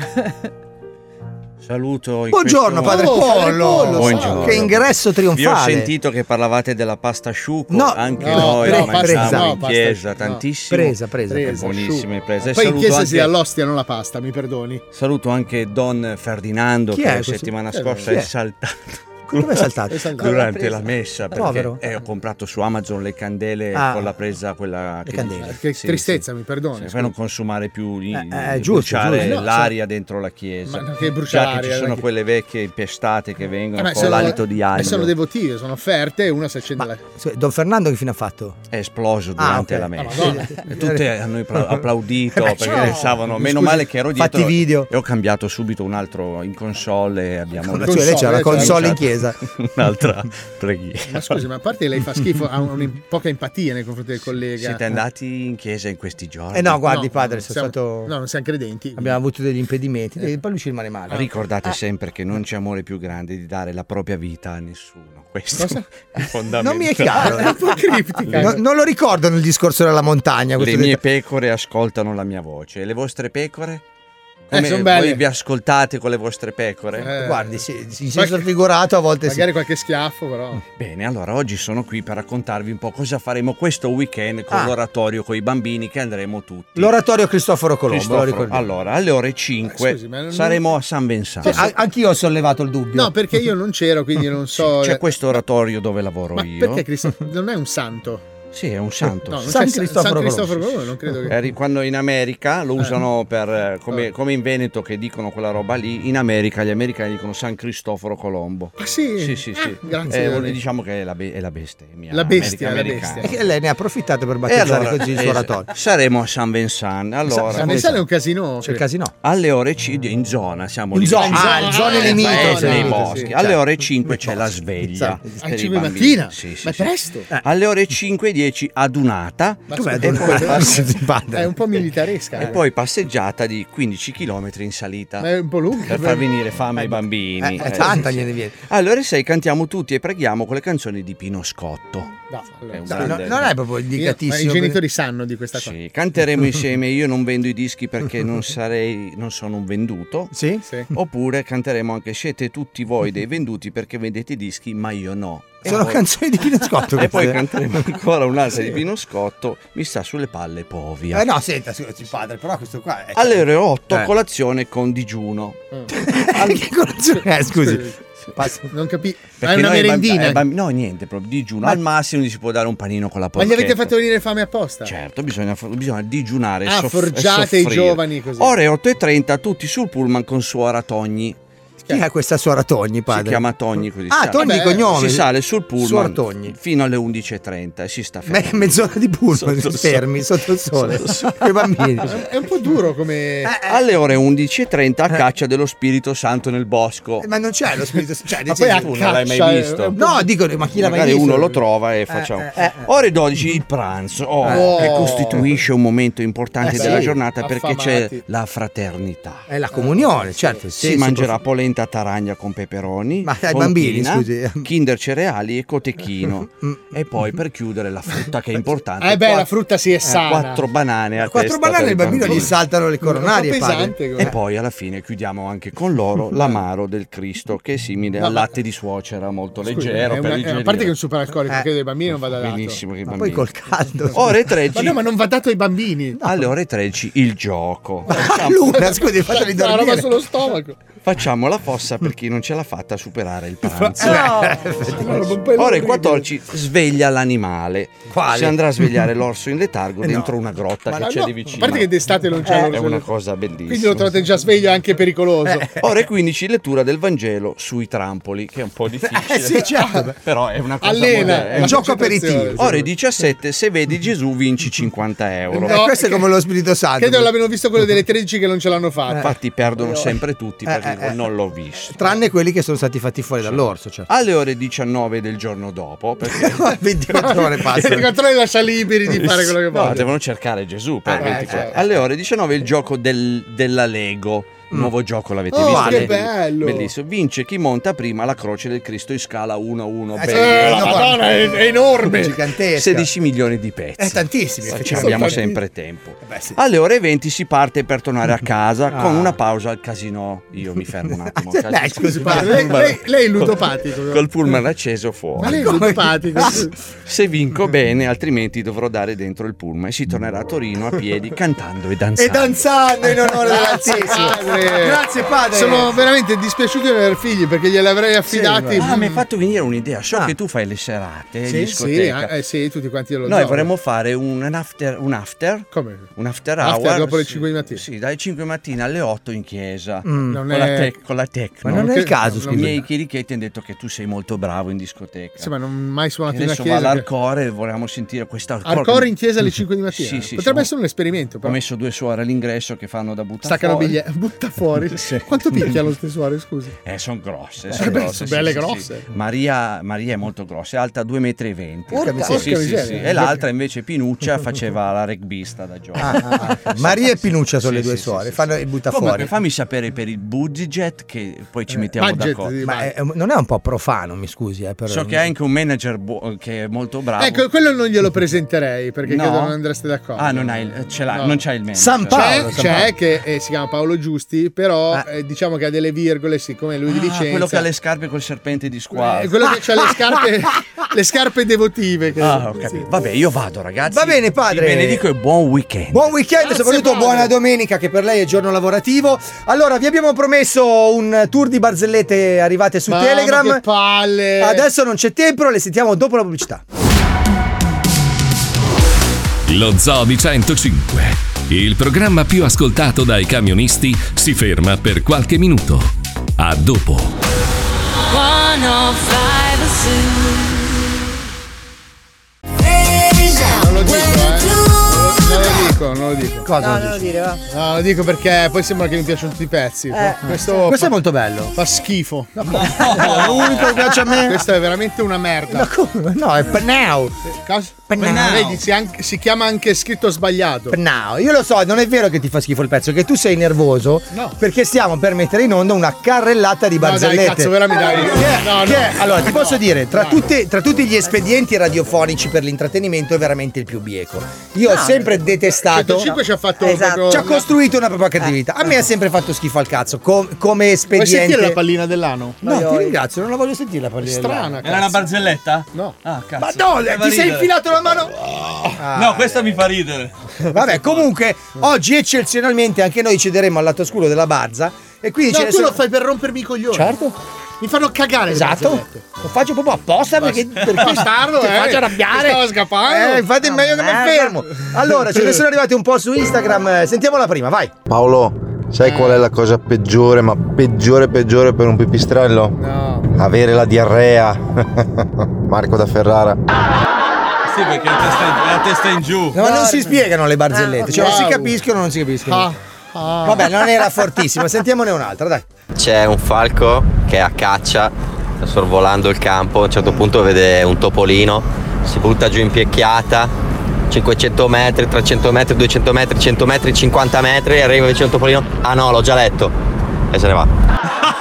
Saluto. Buongiorno padre Pollo. Buongiorno. Che ingresso trionfale. Vi ho sentito che parlavate della pasta asciugo. Anche noi la mangiamo in chiesa tantissimo. Presa. Buonissime prese. Poi in chiesa si dà l'ostia, non la pasta, mi perdoni. Saluto anche Don Ferdinando che la settimana scorsa è saltato. Come è saltato? Durante la messa perché ho comprato su Amazon le candele con la presa quella le candele. Che tristezza, mi perdoni. Per non consumare più bruciare l'aria dentro la chiesa. Ma che bruciare? Già che ci sono quelle vecchie impestate che vengono con l'alito di aglio. E sono devotive, sono offerte e una si accende la. Don Fernando che fine ha fatto? È esploso durante la messa. E tutti hanno applaudito perché pensavano meno male che ero dietro. Fatti video. E ho cambiato subito un altro in console e abbiamo lei c'ha la console in chiesa. Un'altra preghiera. Ma scusi, ma a parte lei fa schifo, ha poca empatia nei confronti del collega. Siete andati in chiesa in questi giorni? No, guardi padre, no, non siamo credenti. Abbiamo avuto degli impedimenti, poi lui ci rimane male. Ricordate sempre che non c'è amore più grande di dare la propria vita a nessuno. Questo è fondamentale. Non mi è chiaro. È un po' criptica. Non lo ricordo nel discorso della montagna. Le mie pecore ascoltano la mia voce. E le vostre pecore? Come voi vi ascoltate con le vostre pecore? Guardi, in senso figurato a volte magari qualche schiaffo, però. Bene, allora oggi sono qui per raccontarvi un po' cosa faremo questo weekend con l'oratorio con i bambini che andremo tutti. L'oratorio Cristoforo Colombo, lo ricordiamo. Allora, alle ore 5 saremo a San Vincent. Anch'io ho sollevato il dubbio. No, perché io non c'ero, quindi non so. C'è questo oratorio dove lavoro io. Perché non è un santo? Sì, è un santo. No, non San c'è Cristoforo Colombo, non credo che. Quando in America lo usano per come in Veneto che dicono quella roba lì, in America gli americani dicono San Cristoforo Colombo. Ah sì? Sì. Grazie. Diciamo che è la bestemmia. La bestia. E lei ne ha approfittato per battezzare così il suo oratorio. Saremo a San Vincent. Allora, San Vincent è un casino. C'è il casino. Alle ore 5 in zona siamo lì. In zone limitrofe. Nei boschi. Alle ore 5 c'è la sveglia. Alle 5 mattina? Sì. Ma presto. Alle ore 5:10 adunata. È un po' militaresca. E poi passeggiata di 15 km in salita. Ma è un po' lunga. Per far venire fame ai bambini. Tanta gliene viene. Allora 6 cantiamo tutti e preghiamo con le canzoni di Pino Scotto. Non è proprio indicatissimo. Ma i genitori sanno di questa cosa. Sì, canteremo insieme. Io non vendo i dischi perché non sono un venduto. Sì. Oppure canteremo anche siete tutti voi dei venduti perché vendete i dischi, ma io no. Sono canzoni di Pino Scotto. E poi canteremo ancora un'altra di Pino Scotto, mi sta sulle palle Povia. No, senta, padre, però questo qua è... Alle ore 8 colazione con digiuno. Che colazione? Scusi. Non capisco. Ma è una merendina? No, niente, proprio digiuno. Al massimo gli si può dare un panino con la porchetta. Ma gli avete fatto venire fame apposta? Certo, bisogna digiunare. Forgiate i giovani così. Ore 8:30 tutti sul pullman con suora Togni. Chi è questa suora Togni, padre? Si chiama Togni così. Togni cognome. Si sale sul pullman Togni. fino alle 11:30 e si sta fermi. Mezz'ora di pullman fermi sotto il sole. Con i bambini. È un po' duro come... Alle ore 11:30 a caccia dello Spirito Santo nel bosco. Ma non c'è lo Spirito Santo. Ma poi tu non l'hai mai visto? No, dico, ma chi l'ha mai Magari visto? uno lo trova e facciamo. Ore 12 il pranzo, che costituisce un momento importante della giornata perché c'è la fraternità. È la comunione, certo. Si mangerà polenta taragna con peperoni, ma ai bambini, scusi. Kinder cereali e cotechino. E poi per chiudere la frutta che è importante. La frutta si è sana. 4 banane a 4 banane il bambino gli saltano le coronarie. E poi alla fine chiudiamo anche con loro l'amaro del Cristo che è simile al latte di suocera, molto leggero per digerire. A parte che è un superalcolico, credo ai bambini non va dato. Benissimo che i Poi bambini. col caldo. Ore 13. Ma non va dato ai bambini. Alle ore 13 il gioco. Luna, scusi, fateli dormire. Roba sullo stomaco. Facciamo la fossa per chi non ce l'ha fatta a superare il pranzo. Ore 14 sveglia l'animale. Quale? Si andrà a svegliare l'orso in letargo dentro una grotta che c'è di vicino. A parte che d'estate non c'è l'orso. È una cosa bellissima. Quindi lo trovate già sveglio, è anche pericoloso. Ore 15 lettura del Vangelo sui trampoli, che è un po' difficile. Sì, certo. Però è una cosa Allena, è un gioco aperitivo. Ore 17 se vedi Gesù vinci 50 euro. Questo è come lo Spirito Santo. Credo l'abbiano visto quello delle 13 che non ce l'hanno fatto. Infatti perdono sempre tutti perché non l'ho visto. Tranne quelli che sono stati fatti fuori dall'orso, certo. Alle ore 19 del giorno dopo, perché 24 ore passano. 24 ore lascia liberi di fare quello che vogliono. No, devono cercare Gesù per 24. Alle ore 19 il gioco della Lego. Nuovo gioco, l'avete visto? Che bello! Bellissimo. Vince chi monta prima la croce del Cristo in scala 1-1. La Madonna è enorme! Gigantesca. 16 milioni di pezzi. È tantissimi. Abbiamo sempre tempo. Alle ore 20 si parte per tornare a casa con una pausa al casino. Io mi fermo un attimo. Scusi, lei è ludopatico. Col pullman acceso fuori. Ma lei è ludopatico. Se vinco bene, altrimenti dovrò dare dentro il pullman e si tornerà a Torino a piedi cantando e danzando. E danzando in onore dell'Altissimo. Grazie padre. Sono veramente dispiaciuto di aver figli perché glieli avrei affidati. Mi hai fatto venire un'idea. So che tu fai le serate in discoteca. Sì, tutti quanti lo Noi vorremmo fare un after. Come? Un after hour. After dopo le 5 di mattina. Sì, dalle 5 mattina alle 8 in chiesa. Non con la techno. Ma non è il caso, I miei chirichetti hanno detto che tu sei molto bravo in discoteca. Sì, ma non mai suonato in una adesso chiesa. va all'Arcore e volevamo sentire questa Hardcore in chiesa alle 5 di mattina. Sì, potrebbe essere un esperimento. Ho messo 2 suore all'ingresso che fanno da buttare staccano fuori. biglietti, butta fuori. Quanto picchiano queste suore, scusi? Sono grosse. Sono belle grosse. Maria è molto grossa, è alta 2,20 m. Sì. E l'altra invece Pinuccia faceva la rugbista da gioco. Maria e Pinuccia sono le due suore, fanno il buttafuori. Fammi sapere per il budget che poi ci mettiamo d'accordo. Ma non è un po' profano, mi scusi? So che hai anche un manager che è molto bravo. Ecco, quello non glielo presenterei perché credo non andreste d'accordo. Non c'hai il manager. San Paolo. C'è che si chiama Paolo Giusti Totti, però diciamo che ha delle virgole, siccome lui di Vicenza. Quello che ha le scarpe col serpente di squalo. Quello che ha le scarpe devotive. Ho capito. Vabbè, io vado, ragazzi. Va bene, padre. Vi benedico e buon weekend. Buon weekend, soprattutto buona domenica, che per lei è giorno lavorativo. Allora, vi abbiamo promesso un tour di barzellette arrivate su Telegram. Che palle! Adesso non c'è tempo, le sentiamo dopo la pubblicità. Lo Zoo di 105, il programma più ascoltato dai camionisti, si ferma per qualche minuto. A dopo. 105 Non lo dico. Cosa? No, non lo dire, va. No, lo dico perché poi sembra che mi piacciono tutti i pezzi. Questo è molto bello. Fa schifo. L'unico che piace a me. Questo è veramente una merda. Ma come? No, è Pnau. Vedi, si chiama anche scritto sbagliato. No, io lo so, non è vero che ti fa schifo il pezzo, che tu sei nervoso perché stiamo per mettere in onda una carrellata di barzellette. No, dai, cazzo, veramente. Allora, ti posso dire, tra tutti gli espedienti radiofonici per l'intrattenimento è veramente il più bieco. Io ho sempre detestato. 105 ci ha fatto ci ha costruito una propria credibilità. A me ha sempre fatto schifo al cazzo come espediente. Vuoi sentire la pallina dell'ano? No, ti ringrazio, non la voglio sentire la pallina. Strana, Era una barzelletta? No. Ah, cazzo. Ma no, ti sei infilato la mano. No, questa mi fa ridere. Vabbè, comunque oggi eccezionalmente anche noi cederemo al lato oscuro della Barza e quindi tu lo fai per rompermi i coglioni. Certo. Mi fanno cagare. Esatto. Lo faccio proprio apposta perché bastardo, ti faccio arrabbiare. Stavo scappando. Infatti è meglio che mi fermo. Allora, ce ne sono arrivati un po' su Instagram. Sentiamo la prima, vai. Paolo, sai qual è la cosa peggiore, ma peggiore per un pipistrello? No. Avere la diarrea. Marco da Ferrara. Sì, perché la testa in giù. No, ma non si spiegano le barzellette, cioè non si capiscono, non si capiscono. Vabbè, non era fortissima, sentiamone un'altra, dai. C'è un falco che è a caccia, sta sorvolando il campo, a un certo punto vede un topolino, si butta giù in picchiata, 500 metri, 300 metri, 200 metri, 100 metri, 50 metri, arriva vicino al topolino, ah no, l'ho già letto, e se ne va.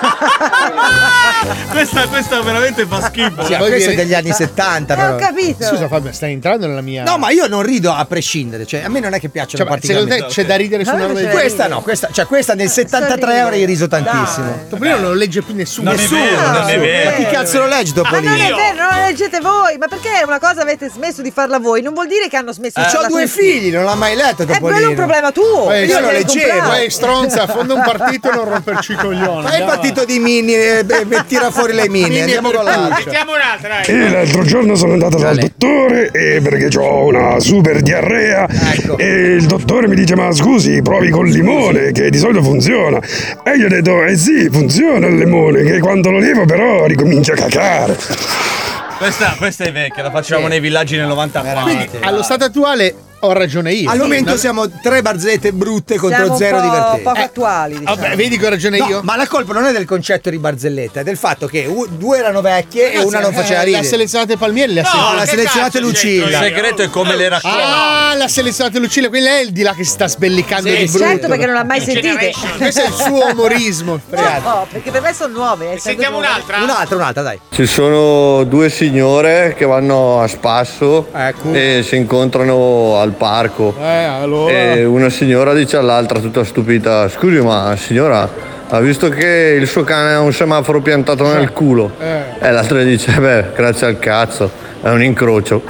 questa veramente fa schifo. Sì, questa è degli anni 70 però. Ho capito. Scusa Fabio, stai entrando nella mia. No, ma io non rido a prescindere, cioè a me non è che piacciono particolarmente. Secondo te c'è da ridere su una roba del Questa no, questa nel 73 avrei riso tantissimo. Topolino non lo legge più nessuno. Non è vero. Ma chi cazzo lo legge Topolino? Ma non è vero, non lo leggete voi. Ma perché una cosa avete smesso di farla voi? Non vuol dire che hanno smesso di farla. Ho 2 figli, non l'ha mai letto Topolino. Quello è un problema tuo. Io lo leggevo. Stronza, fonda un partito e non romperci i coglioni. Fai il partito di Mini e tira fuori le mine. Andiamo con l'altro. Mettiamo un'altra, E l'altro giorno sono andato dal dottore perché ho una super diarrea. E il dottore mi dice: ma scusi, provi col limone che di solito funziona. E io ho detto: eh sì, funziona il limone, che quando lo levo però ricomincia a cacare. Questa è vecchia, la facevamo nei villaggi nel 94. Quindi allo stato attuale ho ragione io. Al momento siamo 3 barzellette brutte contro 0 divertenti. Poco attuali, diciamo. Vabbè, vedi che ho ragione io. Ma la colpa non è del concetto di barzelletta, è del fatto che 2 erano vecchie e una non faceva ridere. La selezionate Palmieri, la selezionate Lucilla. Il segreto è come le racconta. Ah, la selezionate Lucilla, quella è il di là che si sta sbellicando di brutto. Certo, perché non l'ha mai sentite. Questo è il suo umorismo. No, perché per me sono nuove. Sentiamo un'altra? Un'altra, dai. Ci sono 2 signore che vanno a spasso e si incontrano al parco. Allora. E una signora dice all'altra tutta stupita: scusi, ma signora, ha visto che il suo cane ha un semaforo piantato nel culo? E l'altra dice: beh, grazie al cazzo, è un incrocio.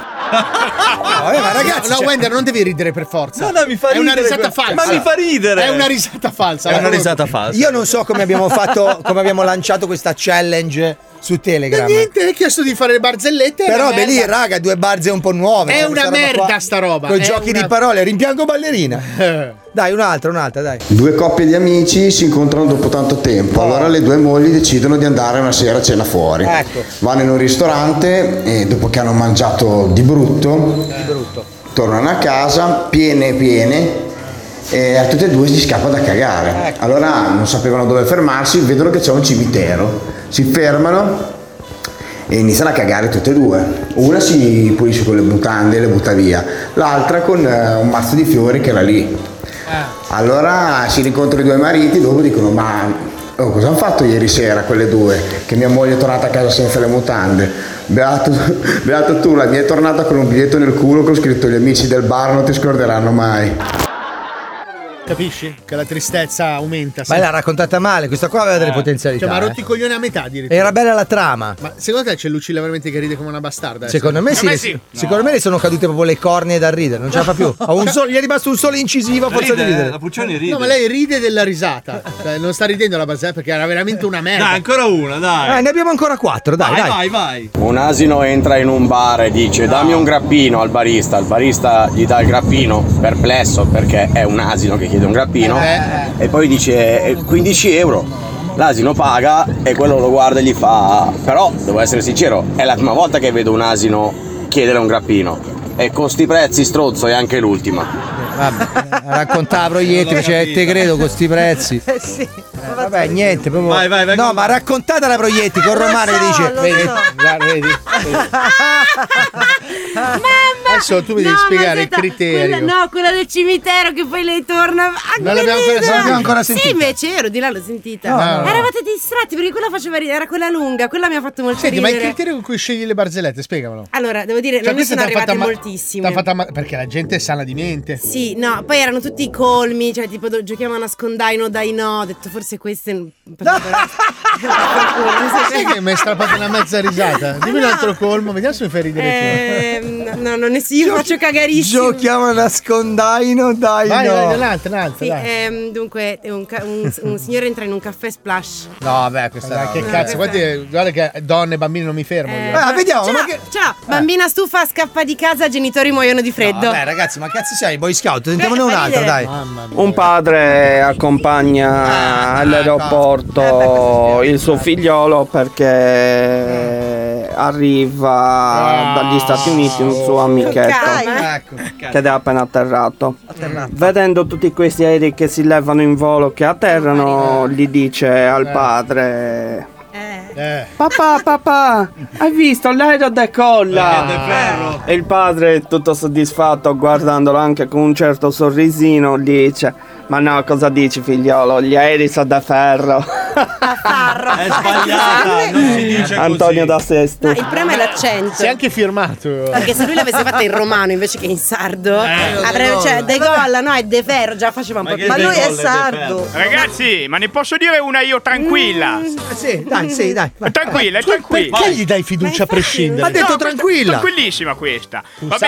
Ma ragazzi, no, Wender, non devi ridere per forza. No, mi fa ridere. È una risata falsa. Ma mi fa ridere. È una risata falsa. È una risata falsa. Io non so come abbiamo fatto, come abbiamo lanciato questa challenge su Telegram. Niente, hai chiesto di fare le barzellette. Però beh lì, raga, 2 barze un po' nuove. È una merda sta roba. Con giochi di parole, rimpiango ballerina. Dai, un'altra, dai. 2 coppie di amici si incontrano dopo tanto tempo. Allora le 2 mogli decidono di andare una sera a cena fuori. Vanno in un ristorante e dopo che hanno mangiato di brutto. Tornano a casa piene e a tutte e 2 si scappa da cagare. Allora non sapevano dove fermarsi, vedono che c'è un cimitero. Si fermano e iniziano a cagare tutte e 2. Una si pulisce con le mutande e le butta via, l'altra con un mazzo di fiori che era lì. Allora si rincontrano i 2 mariti, dopo dicono: ma cosa hanno fatto ieri sera quelle 2? Che mia moglie è tornata a casa senza le mutande. Beato tu, la mia è tornata con un biglietto nel culo con scritto: gli amici del bar non ti scorderanno mai. Capisci? Che la tristezza aumenta. Ma l'ha raccontata male, questa qua aveva delle potenzialità. Cioè, ma rotti i coglioni a metà addirittura. Era bella la trama. Ma secondo te c'è Lucilla veramente che ride come una bastarda? Secondo me sì. Secondo me le sono cadute proprio le cornee dal ridere, non ce la fa più. Gli è rimasto un solo incisivo a forza di ridere. La Puccioni ride. No, ma lei ride della risata. Cioè, non sta ridendo la barzelletta perché era veramente una merda. Dai, ancora una, dai. Ne abbiamo ancora 4, dai. Vai. Un asino entra in un bar e dice dammi un grappino al barista. Il barista gli dà il grappino, perplesso perché è un asino che chiede un grappino. E poi dice 15 euro. L'asino paga e quello lo guarda e gli fa però, devo essere sincero, è la prima volta che vedo un asino chiedere un grappino. E con sti prezzi stronzo è anche l'ultima. Vabbè, raccontava proiettile, cioè te credo con sti prezzi. Sì. Vabbè, niente, proprio. Vai. No, ma raccontata la proietti con Romano che dice. Vedi. Mamma! Adesso tu mi devi spiegare il criterio. Quella del cimitero che poi lei torna. Non l'abbiamo ancora sentita. Sì, invece ero di là, l'ho sentita. No. Eravate distratti perché quella faceva ridere, era quella lunga, quella mi ha fatto molto Senti, ridere. ma il criterio con cui scegli le barzellette, spiegamelo. Allora, devo dire, non mi sono arrivate moltissime. Perché la gente è sana di mente. Sì, no, poi erano tutti colmi, cioè tipo giochiamo a nascondaino, dai no, ho detto forse queste Sai che mi hai strappato una mezza risata? Dimmi un altro colmo, vediamo se mi fai ridere tu. No, non ne sì, io faccio cagarissimo. Giochiamo a nascondaino, dai vai, no. Vai, un'altra, sì, dai. Dunque, un signore entra in un caffè Splash. No, vabbè, questa che cazzo, guarda che donne e bambini non mi fermo. Vediamo. Ciao, bambina stufa, scappa di casa, genitori muoiono di freddo. Vabbè, ragazzi, ma cazzo sei, Boy Scout? Sentiamone un'altra, dai. Un padre accompagna all'aeroporto il suo figliolo perché arriva dagli Stati Uniti un suo amichetto che è appena atterrato. Vedendo tutti questi aerei che si levano in volo che atterrano, gli dice al padre: Papà, hai visto l'aereo decolla? E il padre, tutto soddisfatto, guardandolo anche con un certo sorrisino, dice: ma no, cosa dici figliolo? Gli aerei sono da ferro. È sbagliata, non si dice così. Antonio da Sesto. No, il problema è l'accento. Si è anche firmato. Perché se lui l'avesse fatta in romano invece che in sardo, avrebbe, cioè, decolla, no, è de ferro, già faceva un po' più. Ma lui è sardo. Ragazzi, ma ne posso dire una io tranquilla? Sì, dai. È tranquilla. Perché gli dai fiducia a prescindere? Ha detto tranquilla. Tranquillissima questa. Vabbè,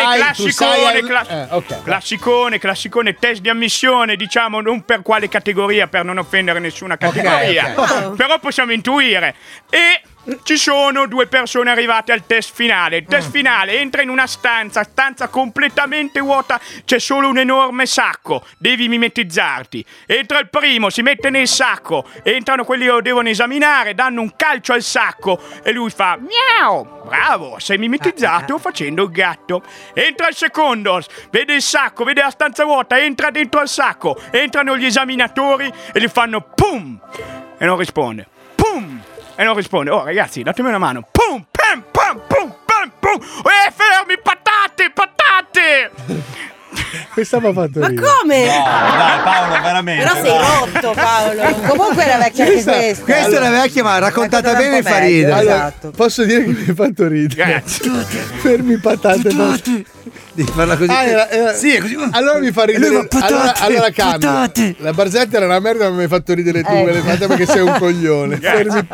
classicone, test di ammissione, diciamo, non per quale categoria, per non offendere nessuna categoria. Però possiamo intuire. E ci sono due persone arrivate al test finale. Il test finale entra in una stanza completamente vuota, c'è solo un enorme sacco, devi mimetizzarti. Entra il primo, si mette nel sacco, entrano quelli che lo devono esaminare, danno un calcio al sacco e lui fa miau. Bravo, sei mimetizzato facendo il gatto. Entra il secondo, vede il sacco, vede la stanza vuota, entra dentro al sacco, entrano gli esaminatori e gli fanno pum e non risponde. Pum e non risponde. Oh ragazzi, datemi una mano. Pum, pam, pam, pum, pam, pum. Fermi, patate. Questa mi ha fatto ridere. Ma come? No, dai Paolo, veramente. Però sei rotto, Paolo. Comunque era vecchia anche questa. Questa era vecchia, ma raccontata bene e fa ridere. Allora, posso dire che mi hai fatto ridere. Grazie. Fermi patate. Devi farla così. Sì, così. Allora mi fa ridere. Allora cambio. La barzelletta era una merda, ma mi hai fatto ridere tu. Me l'hai fatta perché sei un coglione. Fermi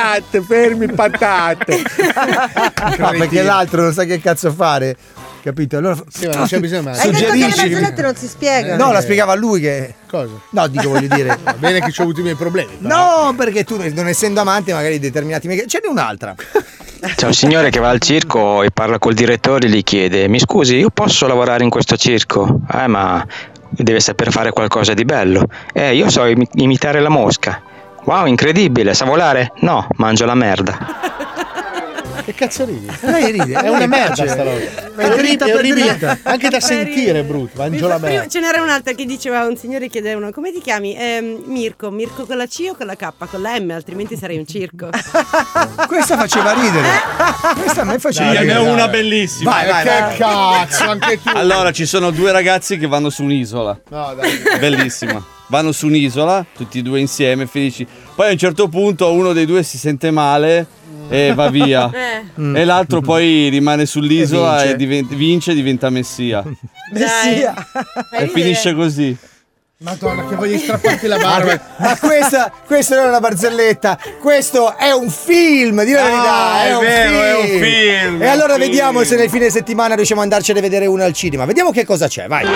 patate. No, perché l'altro non sa che cazzo fare. Capito? Allora sì, ma non c'è bisogno. Hai detto che le barzellette non si spiegano. No, la spiegava lui che. Cosa? No, voglio dire. Va bene che ci ho avuto i miei problemi. No, perché tu, non essendo amante, magari determinati. Ce n'è un'altra. C'è un signore che va al circo e parla col direttore e gli chiede: mi scusi, io posso lavorare in questo circo? Ma deve saper fare qualcosa di bello. Io so imitare la mosca. Wow, incredibile, sa volare? No, mangio la merda. Che cazzo ridi? Lei ride. È una merda sta roba. È orribile. Anche da sentire è brutto. Mangio la merda. Ce n'era un'altra che diceva, un signore chiedeva: come ti chiami? Mirko con la C o con la K? Con la M, altrimenti sarei un circo. Questa faceva ridere. Questa a me faceva ridere. Ne ho una bellissima. Vai. Che cazzo, anche tu. Allora, ci sono due ragazzi che vanno su un'isola. No, dai. Bellissima. Vanno su un'isola, tutti e due insieme, felici. Poi a un certo punto uno dei due si sente male e va via. E l'altro poi rimane sull'isola e vince e diventa messia. Messia. E finisce così. Madonna, che voglio strapparti la barba. Ma questa non è una barzelletta, questo è un film, di la verità. È un film. E allora vediamo se nel fine settimana riusciamo ad andarci a vedere uno al cinema. Vediamo che cosa c'è, vai.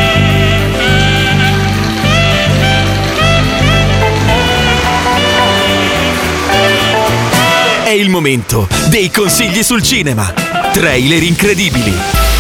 È il momento dei consigli sul cinema. Trailer incredibili.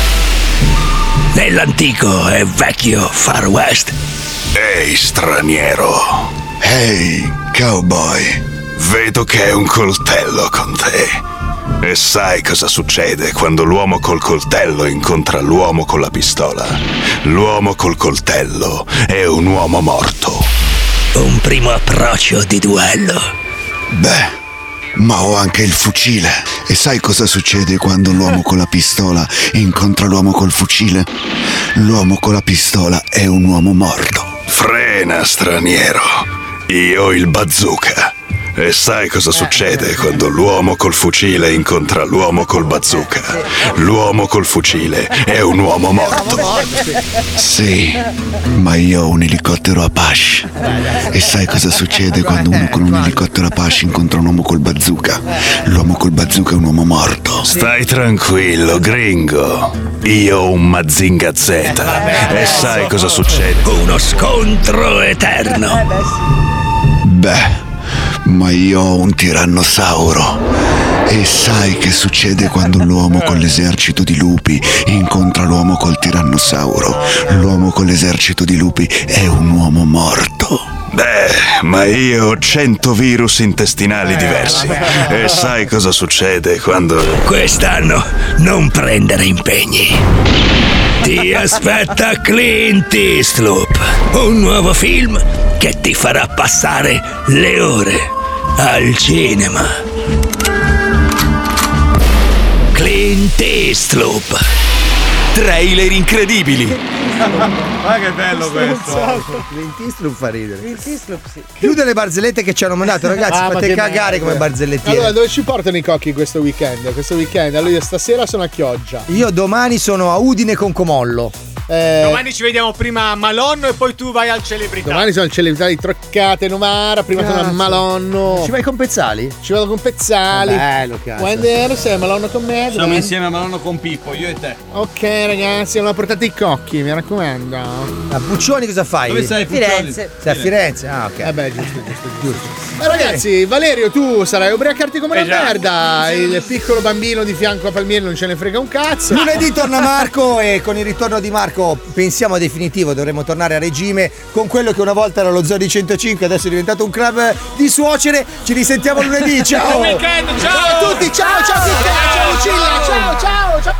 Nell'antico e vecchio Far West. Ehi, straniero. Ehi, cowboy. Vedo che hai un coltello con te. E sai cosa succede quando l'uomo col coltello incontra l'uomo con la pistola? L'uomo col coltello è un uomo morto. Un primo approccio di duello. Beh, ma ho anche il fucile. E sai cosa succede quando l'uomo con la pistola incontra l'uomo col fucile? L'uomo con la pistola è un uomo morto. Frena, straniero. Io ho il bazooka. E sai cosa succede quando l'uomo col fucile incontra l'uomo col bazooka? L'uomo col fucile è un uomo morto. Sì, ma io ho un elicottero Apache. E sai cosa succede quando uno con un elicottero Apache incontra un uomo col bazooka? L'uomo col bazooka è un uomo morto. Stai tranquillo, gringo. Io ho un Mazinga Z. E sai cosa succede? Uno scontro eterno. Beh, ma io ho un tirannosauro. E sai che succede quando l'uomo con l'esercito di lupi incontra l'uomo col tirannosauro? L'uomo con l'esercito di lupi è un uomo morto. Beh, ma io ho 100 virus intestinali diversi. E sai cosa succede quando... Quest'anno non prendere impegni. Ti aspetta Clint Eastwood, un nuovo film che ti farà passare le ore al cinema. Clint Eastwood. Trailer incredibili. Ma che bello questo. Clint Eastwood fa ridere. Clint Eastwood, sì. Chiude le barzellette che ci hanno mandato, ragazzi. Fate cagare come barzellettiere. Allora, dove ci portano i cocchi questo weekend? Allora, io stasera sono a Chioggia. Io domani sono a Udine con Comollo. Domani ci vediamo prima a Malonno e poi tu vai al Celebrità. Domani sono al Celebrità di Troccate Novara, prima sono a Malonno. Ci vai con Pezzali? Ci vado con Pezzali. Bello, cazzo. Quando sei a Malonno con me? Siamo insieme a Malonno con Pippo, io e te. Ok, ragazzi, hanno portato i cocchi, mi raccomando. A Puccioni cosa fai? Dove sei, Puccioni? Firenze. Sei a Firenze? Ah, ok. Vabbè, giusto. Ragazzi, Valerio, tu sarai ubriacarti come una merda. Il piccolo bambino di fianco a Palmieri non ce ne frega un cazzo. Lunedì torna Marco e con il ritorno di Marco pensiamo a definitivo dovremo tornare a regime con quello che una volta era lo Zoo di 105, adesso è diventato un club di suocere. Ci risentiamo lunedì, ciao! Buon weekend, ciao! Ciao a tutti, ciao Lucilla, ciao.